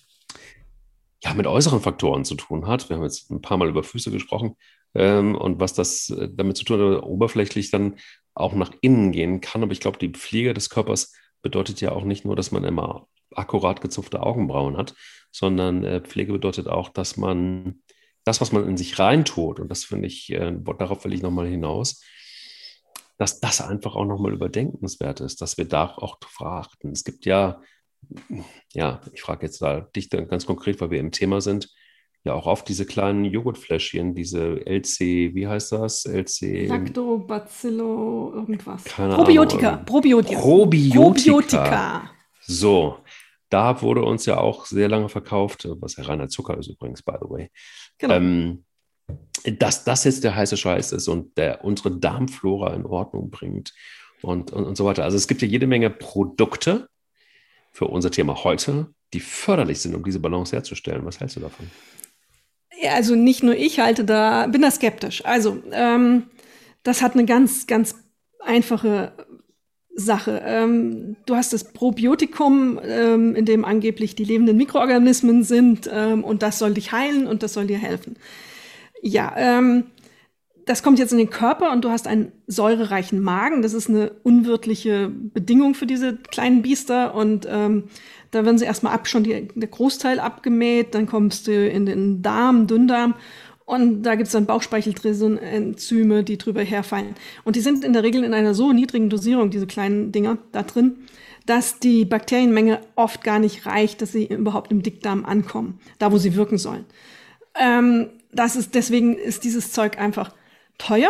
ja, mit äußeren Faktoren zu tun hat. Wir haben jetzt ein paar Mal über Füße gesprochen ähm, und was das damit zu tun hat, oberflächlich dann auch nach innen gehen kann. Aber ich glaube, die Pflege des Körpers bedeutet ja auch nicht nur, dass man immer akkurat gezupfte Augenbrauen hat, sondern äh, Pflege bedeutet auch, dass man das, was man in sich reintut, und das finde ich, äh, darauf will ich nochmal hinaus, dass das einfach auch nochmal überdenkenswert ist, dass wir da auch verachten. Es gibt ja Ja, ich frage jetzt da dich dann ganz konkret, weil wir im Thema sind, ja auch oft diese kleinen Joghurtfläschchen, diese L C, wie heißt das? L C... Lactobacillo, irgendwas. Keine Probiotika. Ahnung. Probiotika. Probiotika. Probiotika. So, da wurde uns ja auch sehr lange verkauft, was ja reiner Zucker ist übrigens, by the way, Genau. ähm, dass das jetzt der heiße Scheiß ist und der unsere Darmflora in Ordnung bringt und, und, und so weiter. Also es gibt ja jede Menge Produkte für unser Thema heute, die förderlich sind, um diese Balance herzustellen. Was hältst du davon? Ja, also nicht nur ich halte da, bin da skeptisch. Also ähm, das hat eine ganz, ganz einfache Sache. Ähm, du hast das Probiotikum, ähm, in dem angeblich die lebenden Mikroorganismen sind ähm, und das soll dich heilen und das soll dir helfen. Ja, ähm, das kommt jetzt in den Körper und du hast einen säurereichen Magen. Das ist eine unwirtliche Bedingung für diese kleinen Biester. Und ähm, da werden sie erstmal ab, schon die, der Großteil abgemäht. Dann kommst du in den Darm, Dünndarm. Und da gibt es dann Bauchspeicheldrüsenenzyme, die drüber herfallen. Und die sind in der Regel in einer so niedrigen Dosierung, diese kleinen Dinger da drin, dass die Bakterienmenge oft gar nicht reicht, dass sie überhaupt im Dickdarm ankommen, da wo sie wirken sollen. Ähm, das ist, deswegen ist dieses Zeug einfach teuer.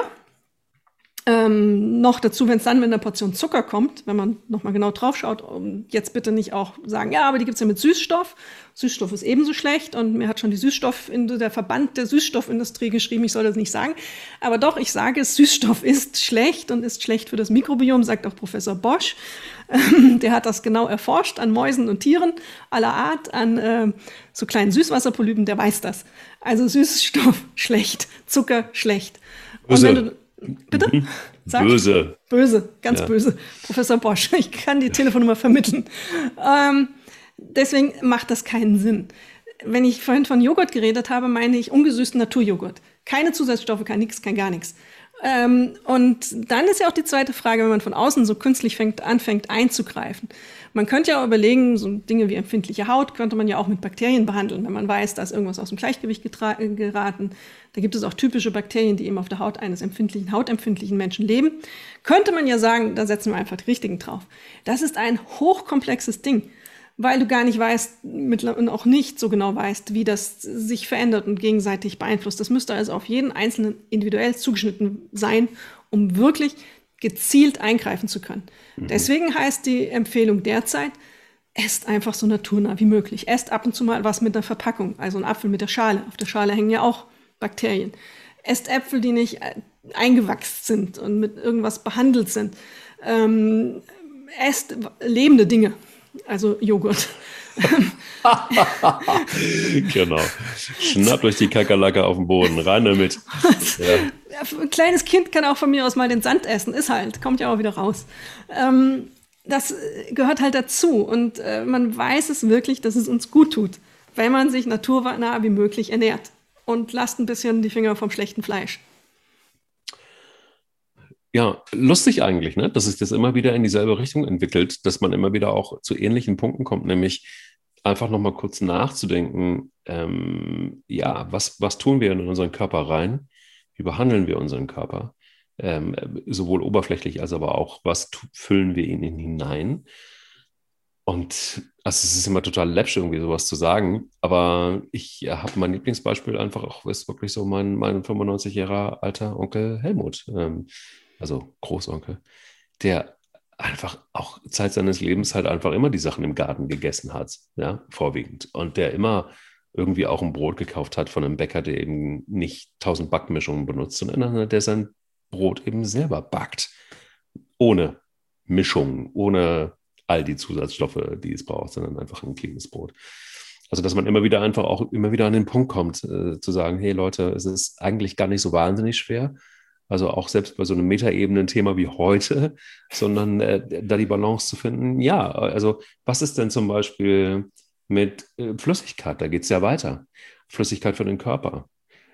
Ähm, noch dazu, wenn es dann mit einer Portion Zucker kommt, wenn man nochmal genau drauf schaut, um jetzt bitte nicht auch sagen, ja, aber die gibt's ja mit Süßstoff. Süßstoff ist ebenso schlecht und mir hat schon die Süßstoff, der Verband der Süßstoffindustrie geschrieben, ich soll das nicht sagen. Aber doch, ich sage es, Süßstoff ist schlecht und ist schlecht für das Mikrobiom, sagt auch Professor Bosch. Ähm, der hat das genau erforscht an Mäusen und Tieren aller Art, an äh, so kleinen Süßwasserpolypen, der weiß das. Also Süßstoff schlecht, Zucker schlecht. Und wenn du Bitte? Mhm. Böse. Böse, ganz ja. böse. Professor Bosch, ich kann die Telefonnummer vermitteln. Ähm, deswegen macht das keinen Sinn. Wenn ich vorhin von Joghurt geredet habe, meine ich ungesüßten Naturjoghurt. Keine Zusatzstoffe, kein nix, kein gar nichts. Ähm, und dann ist ja auch die zweite Frage, wenn man von außen so künstlich fängt, anfängt einzugreifen. Man könnte ja auch überlegen, so Dinge wie empfindliche Haut könnte man ja auch mit Bakterien behandeln, wenn man weiß, da ist irgendwas aus dem Gleichgewicht geraten. Da gibt es auch typische Bakterien, die eben auf der Haut eines empfindlichen, hautempfindlichen Menschen leben. Könnte man ja sagen, da setzen wir einfach die richtigen drauf. Das ist ein hochkomplexes Ding, weil du gar nicht weißt und auch nicht so genau weißt, wie das sich verändert und gegenseitig beeinflusst. Das müsste also auf jeden Einzelnen individuell zugeschnitten sein, um wirklich gezielt eingreifen zu können. Mhm. Deswegen heißt die Empfehlung derzeit, esst einfach so naturnah wie möglich. Esst ab und zu mal was mit einer Verpackung, also ein Apfel mit der Schale. Auf der Schale hängen ja auch Bakterien. Esst Äpfel, die nicht eingewachsen sind und mit irgendwas behandelt sind. Ähm, esst lebende Dinge. also Joghurt. Genau. Schnappt euch die Kakerlake auf den Boden, rein damit. Ja. Ein kleines Kind kann auch von mir aus mal den Sand essen, ist halt, kommt ja auch wieder raus. Ähm, das gehört halt dazu und äh, man weiß es wirklich, dass es uns gut tut, wenn man sich naturnah wie möglich ernährt und lasst ein bisschen die Finger vom schlechten Fleisch. Ja, lustig eigentlich, ne? Dass sich das immer wieder in dieselbe Richtung entwickelt, dass man immer wieder auch zu ähnlichen Punkten kommt, nämlich einfach nochmal kurz nachzudenken, ähm, ja, was, was tun wir in unseren Körper rein? Wie behandeln wir unseren Körper? Ähm, sowohl oberflächlich als aber auch, was tu- füllen wir in ihn hinein? Und also es ist immer total läppisch, irgendwie sowas zu sagen, aber ich äh, habe mein Lieblingsbeispiel einfach auch, ist wirklich so mein, mein fünfundneunzig Jahre alter Onkel Helmut, ähm, also Großonkel, der einfach auch Zeit seines Lebens halt einfach immer die Sachen im Garten gegessen hat, ja, vorwiegend. Und der immer irgendwie auch ein Brot gekauft hat von einem Bäcker, der eben nicht tausend Backmischungen benutzt, sondern der sein Brot eben selber backt. Ohne Mischung, ohne all die Zusatzstoffe, die es braucht, sondern einfach ein cleanes Brot. Also, dass man immer wieder einfach auch immer wieder an den Punkt kommt, äh, zu sagen, hey Leute, es ist eigentlich gar nicht so wahnsinnig schwer. Also auch selbst bei so einem Metaebenen-Thema wie heute, sondern äh, da die Balance zu finden. Ja, also was ist denn zum Beispiel mit äh, Flüssigkeit? Da geht es ja weiter. Flüssigkeit für den Körper.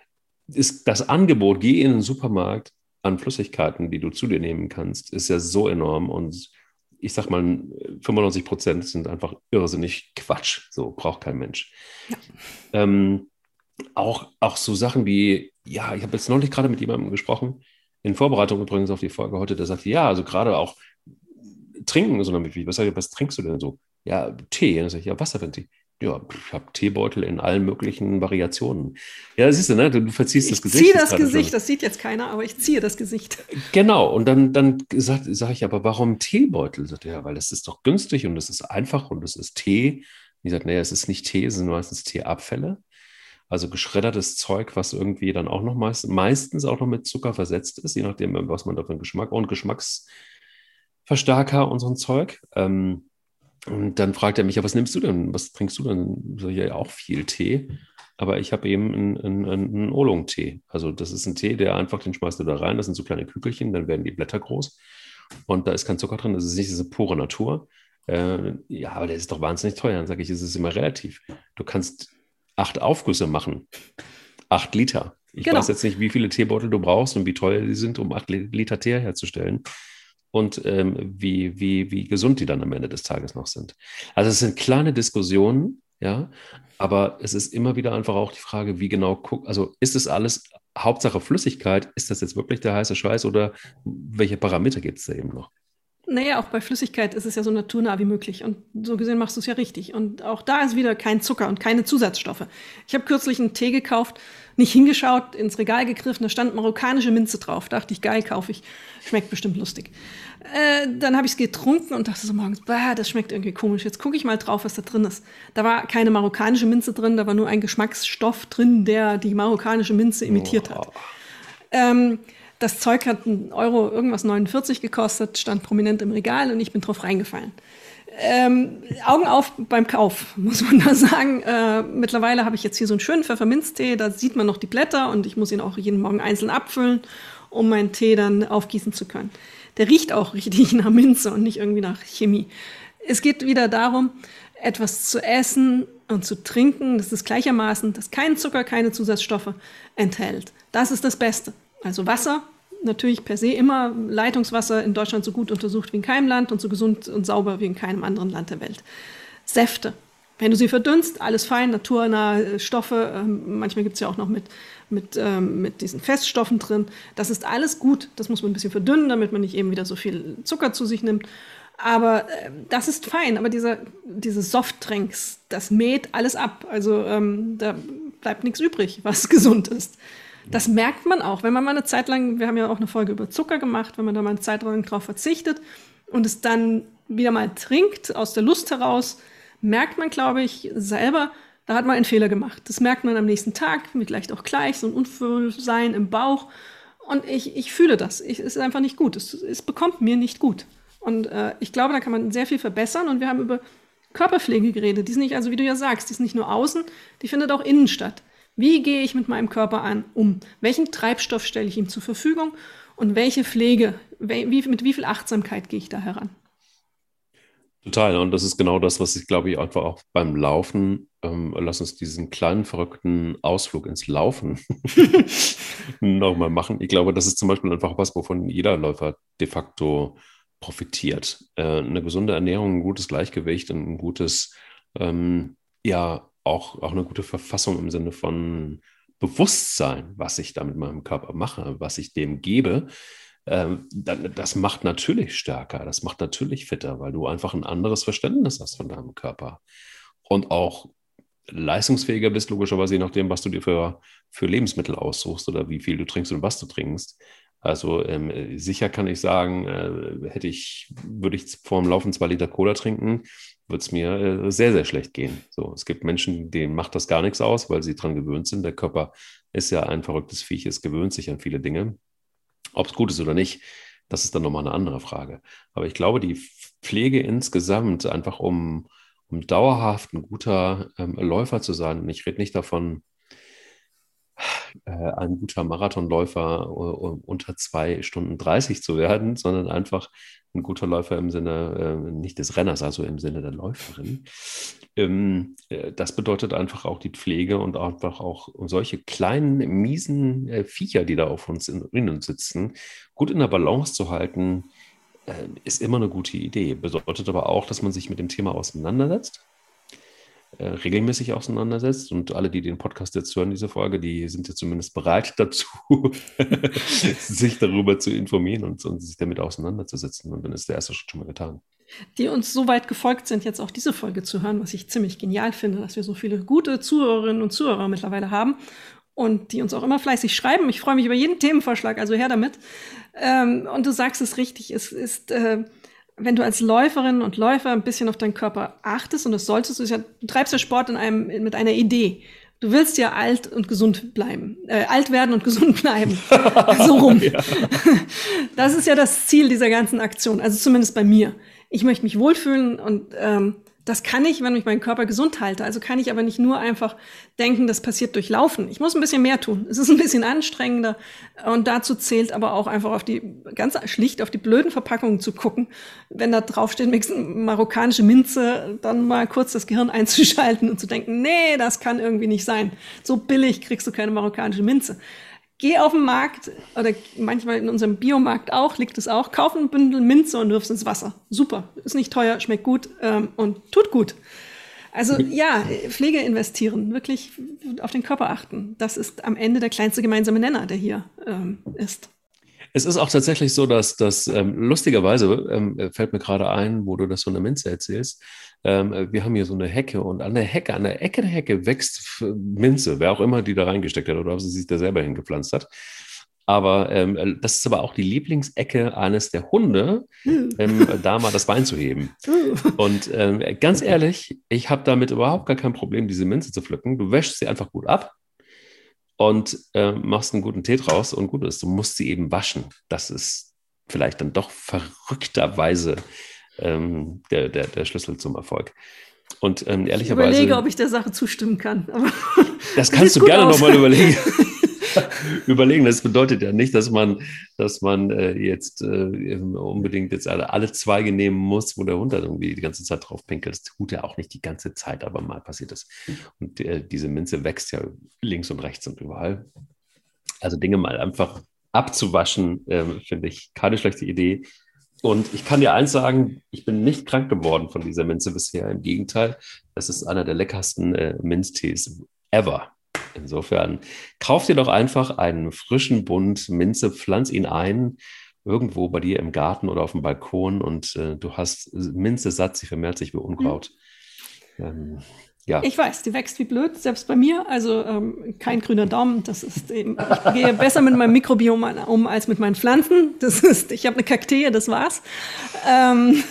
Ist das Angebot, geh in den Supermarkt an Flüssigkeiten, die du zu dir nehmen kannst, ist ja so enorm und ich sag mal, fünfundneunzig Prozent sind einfach irrsinnig Quatsch. So braucht kein Mensch. Ja. Ähm, auch, auch so Sachen wie, ja, ich habe jetzt neulich gerade mit jemandem gesprochen, in Vorbereitung übrigens auf die Folge heute, der sagte, ja, also gerade auch trinken, sondern wie, was, was trinkst du denn so? Ja, Tee. Und dann sage ich, ja, was für ein Tee? Ja, ich habe Teebeutel in allen möglichen Variationen. Ja, siehst du, ne? Du, du verziehst ich das Gesicht. Ich ziehe das Gesicht, schon. Das sieht jetzt keiner, aber ich ziehe das Gesicht. Genau, und dann, dann sage sag ich, aber warum Teebeutel? Sagt er, ja, weil das ist doch günstig und das ist einfach und das ist Tee. Ich sage, naja, es ist nicht Tee, es sind meistens Teeabfälle. Also geschreddertes Zeug, was irgendwie dann auch noch meist, meistens auch noch mit Zucker versetzt ist, je nachdem, was man da für einen Geschmack und Geschmacksverstärker und so ein Zeug. Ähm, und dann fragt er mich, ja, was nimmst du denn? Was trinkst du denn? Sag ich, ja, auch viel Tee. Aber ich habe eben einen, einen, einen Oolong-Tee. Also das ist ein Tee, der einfach, den schmeißt du da rein. Das sind so kleine Kügelchen, dann werden die Blätter groß. Und da ist kein Zucker drin. Das ist nicht diese pure Natur. Äh, ja, aber der ist doch wahnsinnig teuer. Dann sage ich, es ist immer relativ. Du kannst acht Aufgüsse machen. Acht Liter. Ich genau. weiß jetzt nicht, wie viele Teebeutel du brauchst und wie teuer die sind, um acht Liter Tee herzustellen. Und ähm, wie, wie, wie gesund die dann am Ende des Tages noch sind. Also es sind kleine Diskussionen, ja, aber es ist immer wieder einfach auch die Frage, wie genau guck, also ist es alles Hauptsache Flüssigkeit? Ist das jetzt wirklich der heiße Scheiß oder welche Parameter gibt es da eben noch? Naja, auch bei Flüssigkeit ist es ja so naturnah wie möglich. Und so gesehen machst du es ja richtig. Und auch da ist wieder kein Zucker und keine Zusatzstoffe. Ich habe kürzlich einen Tee gekauft, nicht hingeschaut, ins Regal gegriffen, da stand marokkanische Minze drauf. Dachte ich, geil, kaufe ich. Schmeckt bestimmt lustig. Äh, dann habe ich es getrunken und dachte so morgens, bah, das schmeckt irgendwie komisch. Jetzt gucke ich mal drauf, was da drin ist. Da war keine marokkanische Minze drin, da war nur ein Geschmacksstoff drin, der die marokkanische Minze imitiert hat. Ähm, Das Zeug hat einen Euro irgendwas neunundvierzig gekostet, stand prominent im Regal und ich bin drauf reingefallen. Ähm, Augen auf beim Kauf, muss man da sagen. Äh, mittlerweile habe ich jetzt hier so einen schönen Pfefferminztee, da sieht man noch die Blätter und ich muss ihn auch jeden Morgen einzeln abfüllen, um meinen Tee dann aufgießen zu können. Der riecht auch richtig nach Minze und nicht irgendwie nach Chemie. Es geht wieder darum, etwas zu essen und zu trinken, das ist gleichermaßen, das keinen Zucker, keine Zusatzstoffe enthält. Das ist das Beste. Also Wasser, natürlich per se immer Leitungswasser in Deutschland so gut untersucht wie in keinem Land und so gesund und sauber wie in keinem anderen Land der Welt. Säfte, wenn du sie verdünnst, alles fein, naturnahe Stoffe, ähm, manchmal gibt es ja auch noch mit, mit, ähm, mit diesen Feststoffen drin. Das ist alles gut, das muss man ein bisschen verdünnen, damit man nicht eben wieder so viel Zucker zu sich nimmt. Aber äh, das ist fein, aber diese, diese Softdrinks, das mäht alles ab. Also ähm, da bleibt nichts übrig, was gesund ist. Das merkt man auch, wenn man mal eine Zeit lang, wir haben ja auch eine Folge über Zucker gemacht, wenn man da mal eine Zeit lang drauf verzichtet und es dann wieder mal trinkt, aus der Lust heraus, merkt man, glaube ich, selber, da hat man einen Fehler gemacht. Das merkt man am nächsten Tag, vielleicht auch gleich, so ein Unwohlsein im Bauch. Und ich, ich fühle das. Ich, es ist einfach nicht gut. Es, es bekommt mir nicht gut. Und äh, ich glaube, da kann man sehr viel verbessern. Und wir haben über Körperpflegegeräte. Die sind nicht, also wie du ja sagst, die sind nicht nur außen, die findet auch innen statt. Wie gehe ich mit meinem Körper an, um? Welchen Treibstoff stelle ich ihm zur Verfügung? Und welche Pflege, wie, mit wie viel Achtsamkeit gehe ich da heran? Total. Und das ist genau das, was ich glaube ich einfach auch beim Laufen, ähm, lass uns diesen kleinen verrückten Ausflug ins Laufen nochmal machen. Ich glaube, das ist zum Beispiel einfach was, wovon jeder Läufer de facto profitiert. Äh, eine gesunde Ernährung, ein gutes Gleichgewicht und ein gutes, ähm, ja, auch, auch eine gute Verfassung im Sinne von Bewusstsein, was ich da mit meinem Körper mache, was ich dem gebe. Das macht natürlich stärker, das macht natürlich fitter, weil du einfach ein anderes Verständnis hast von deinem Körper und auch leistungsfähiger bist, logischerweise je nachdem, was du dir für, für Lebensmittel aussuchst oder wie viel du trinkst und was du trinkst. Also ähm, sicher kann ich sagen, äh, hätte ich, würde ich vor dem Laufen zwei Liter Cola trinken, würde es mir äh, sehr, sehr schlecht gehen. So, es gibt Menschen, denen macht das gar nichts aus, weil sie dran gewöhnt sind. Der Körper ist ja ein verrücktes Viech, es gewöhnt sich an viele Dinge. Ob es gut ist oder nicht, das ist dann nochmal eine andere Frage. Aber ich glaube, die Pflege insgesamt, einfach um, um dauerhaft ein guter ähm, Läufer zu sein, und ich rede nicht davon, äh, ein guter Marathonläufer uh, unter zwei Stunden dreißig zu werden, sondern einfach ein guter Läufer im Sinne, äh, nicht des Renners, also im Sinne der Läuferin. Ähm, äh, das bedeutet einfach auch die Pflege und einfach auch solche kleinen, miesen äh, Viecher, die da auf uns in, in uns sitzen, gut in der Balance zu halten, äh, ist immer eine gute Idee. Bedeutet aber auch, dass man sich mit dem Thema auseinandersetzt, äh, regelmäßig auseinandersetzt, und alle, die den Podcast jetzt hören, diese Folge, die sind ja zumindest bereit dazu, sich darüber zu informieren und, und sich damit auseinanderzusetzen, und dann ist der erste Schritt schon mal getan. Die uns so weit gefolgt sind, jetzt auch diese Folge zu hören, was ich ziemlich genial finde, dass wir so viele gute Zuhörerinnen und Zuhörer mittlerweile haben und die uns auch immer fleißig schreiben. Ich freue mich über jeden Themenvorschlag, also her damit. Ähm, und du sagst es richtig, es ist, äh, wenn du als Läuferin und Läufer ein bisschen auf deinen Körper achtest, und das solltest du, ja, du treibst ja Sport in einem, mit einer Idee. Du willst ja alt und gesund bleiben, äh, alt werden und gesund bleiben, so rum. Ja. Das ist ja das Ziel dieser ganzen Aktion, also zumindest bei mir. Ich möchte mich wohlfühlen, und ähm, das kann ich, wenn ich meinen Körper gesund halte. Also kann ich aber nicht nur einfach denken, das passiert durch Laufen. Ich muss ein bisschen mehr tun. Es ist ein bisschen anstrengender, und dazu zählt aber auch einfach auf die, ganz schlicht auf die blöden Verpackungen zu gucken. Wenn da draufsteht, marokkanische Minze, dann mal kurz das Gehirn einzuschalten und zu denken, nee, das kann irgendwie nicht sein. So billig kriegst du keine marokkanische Minze. Geh auf den Markt, oder manchmal in unserem Biomarkt auch, liegt es auch, kauf ein Bündel Minze und wirf's ins Wasser. Super, ist nicht teuer, schmeckt gut ähm, und tut gut. Also ja, Pflege investieren, wirklich auf den Körper achten. Das ist am Ende der kleinste gemeinsame Nenner, der hier ähm, ist. Es ist auch tatsächlich so, dass das ähm, lustigerweise ähm, fällt mir gerade ein, wo du das von der Minze erzählst. Ähm, wir haben hier so eine Hecke, und an der Hecke, an der Ecke der Hecke wächst Minze, wer auch immer die da reingesteckt hat oder ob sie sich da selber hingepflanzt hat. Aber ähm, das ist aber auch die Lieblingsecke eines der Hunde, ähm, da mal das Bein zu heben. Und ähm, ganz ehrlich, ich habe damit überhaupt gar kein Problem, diese Minze zu pflücken. Du wäschst sie einfach gut ab und äh, machst einen guten Tee draus, und gut ist, du musst sie eben waschen. Das ist vielleicht dann doch verrückterweise ähm, der, der, der Schlüssel zum Erfolg. Und ähm, ehrlicherweise... Ich überlege, ob ich der Sache zustimmen kann. Aber das kannst du gerne nochmal überlegen. überlegen. Das bedeutet ja nicht, dass man, dass man äh, jetzt äh, unbedingt jetzt alle, alle Zweige nehmen muss, wo der Hund dann irgendwie die ganze Zeit drauf pinkelt. Das tut er auch nicht die ganze Zeit, aber mal passiert es. Und äh, diese Minze wächst ja links und rechts und überall. Also Dinge mal einfach abzuwaschen, äh, finde ich keine schlechte Idee. Und ich kann dir eins sagen, ich bin nicht krank geworden von dieser Minze bisher. Im Gegenteil, das ist einer der leckersten äh, Minztees ever. Insofern, kauf dir doch einfach einen frischen Bund Minze, pflanz ihn ein, irgendwo bei dir im Garten oder auf dem Balkon, und äh, du hast Minze satt, sie vermehrt sich wie Unkraut. Mhm. Ähm, ja. Ich weiß, die wächst wie blöd, selbst bei mir, also ähm, kein grüner Daumen, das ist eben, ich gehe besser mit meinem Mikrobiom um als mit meinen Pflanzen, das ist, ich habe eine Kaktee, das war's. Ähm,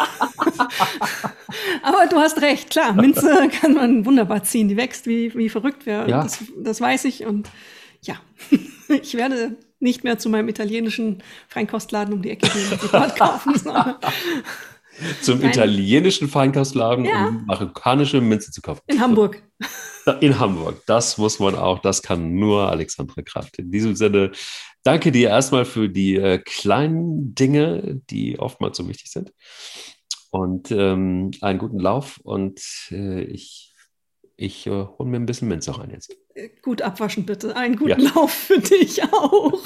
aber du hast recht, klar, Minze kann man wunderbar ziehen, die wächst wie, wie verrückt, ja. das, das weiß ich, und ja, ich werde nicht mehr zu meinem italienischen Feinkostladen um die Ecke gehen und sie dort kaufen, sondern zum Nein. italienischen Feinkostladen, ja. um marokkanische Münze zu kaufen. In Hamburg. In Hamburg. Das muss man auch, das kann nur Alexandra Kraft. In diesem Sinne, danke dir erstmal für die äh, kleinen Dinge, die oftmals so wichtig sind. Und ähm, einen guten Lauf und äh, ich, ich äh, hole mir ein bisschen Minze rein jetzt. Gut abwaschen bitte. Einen guten ja. Lauf für dich auch.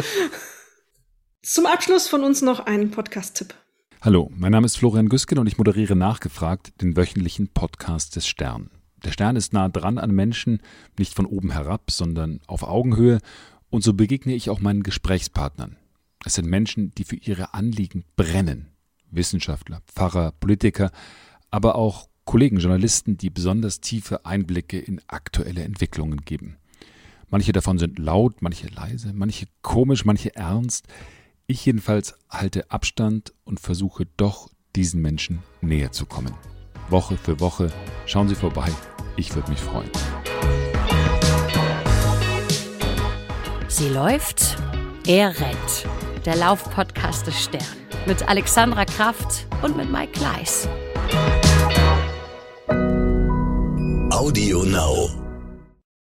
Zum Abschluss von uns noch ein Podcast-Tipp. Hallo, mein Name ist Florian Güsken und ich moderiere Nachgefragt, den wöchentlichen Podcast des Stern. Der Stern ist nah dran an Menschen, nicht von oben herab, sondern auf Augenhöhe. Und so begegne ich auch meinen Gesprächspartnern. Es sind Menschen, die für ihre Anliegen brennen. Wissenschaftler, Pfarrer, Politiker, aber auch Kollegen, Journalisten, die besonders tiefe Einblicke in aktuelle Entwicklungen geben. Manche davon sind laut, manche leise, manche komisch, manche ernst. Ich jedenfalls halte Abstand und versuche doch, diesen Menschen näher zu kommen. Woche für Woche schauen Sie vorbei. Ich würde mich freuen. Sie läuft, er rennt. Der Lauf-Podcast des Stern. Mit Alexandra Kraft und mit Mike Kleiss. Audio Now.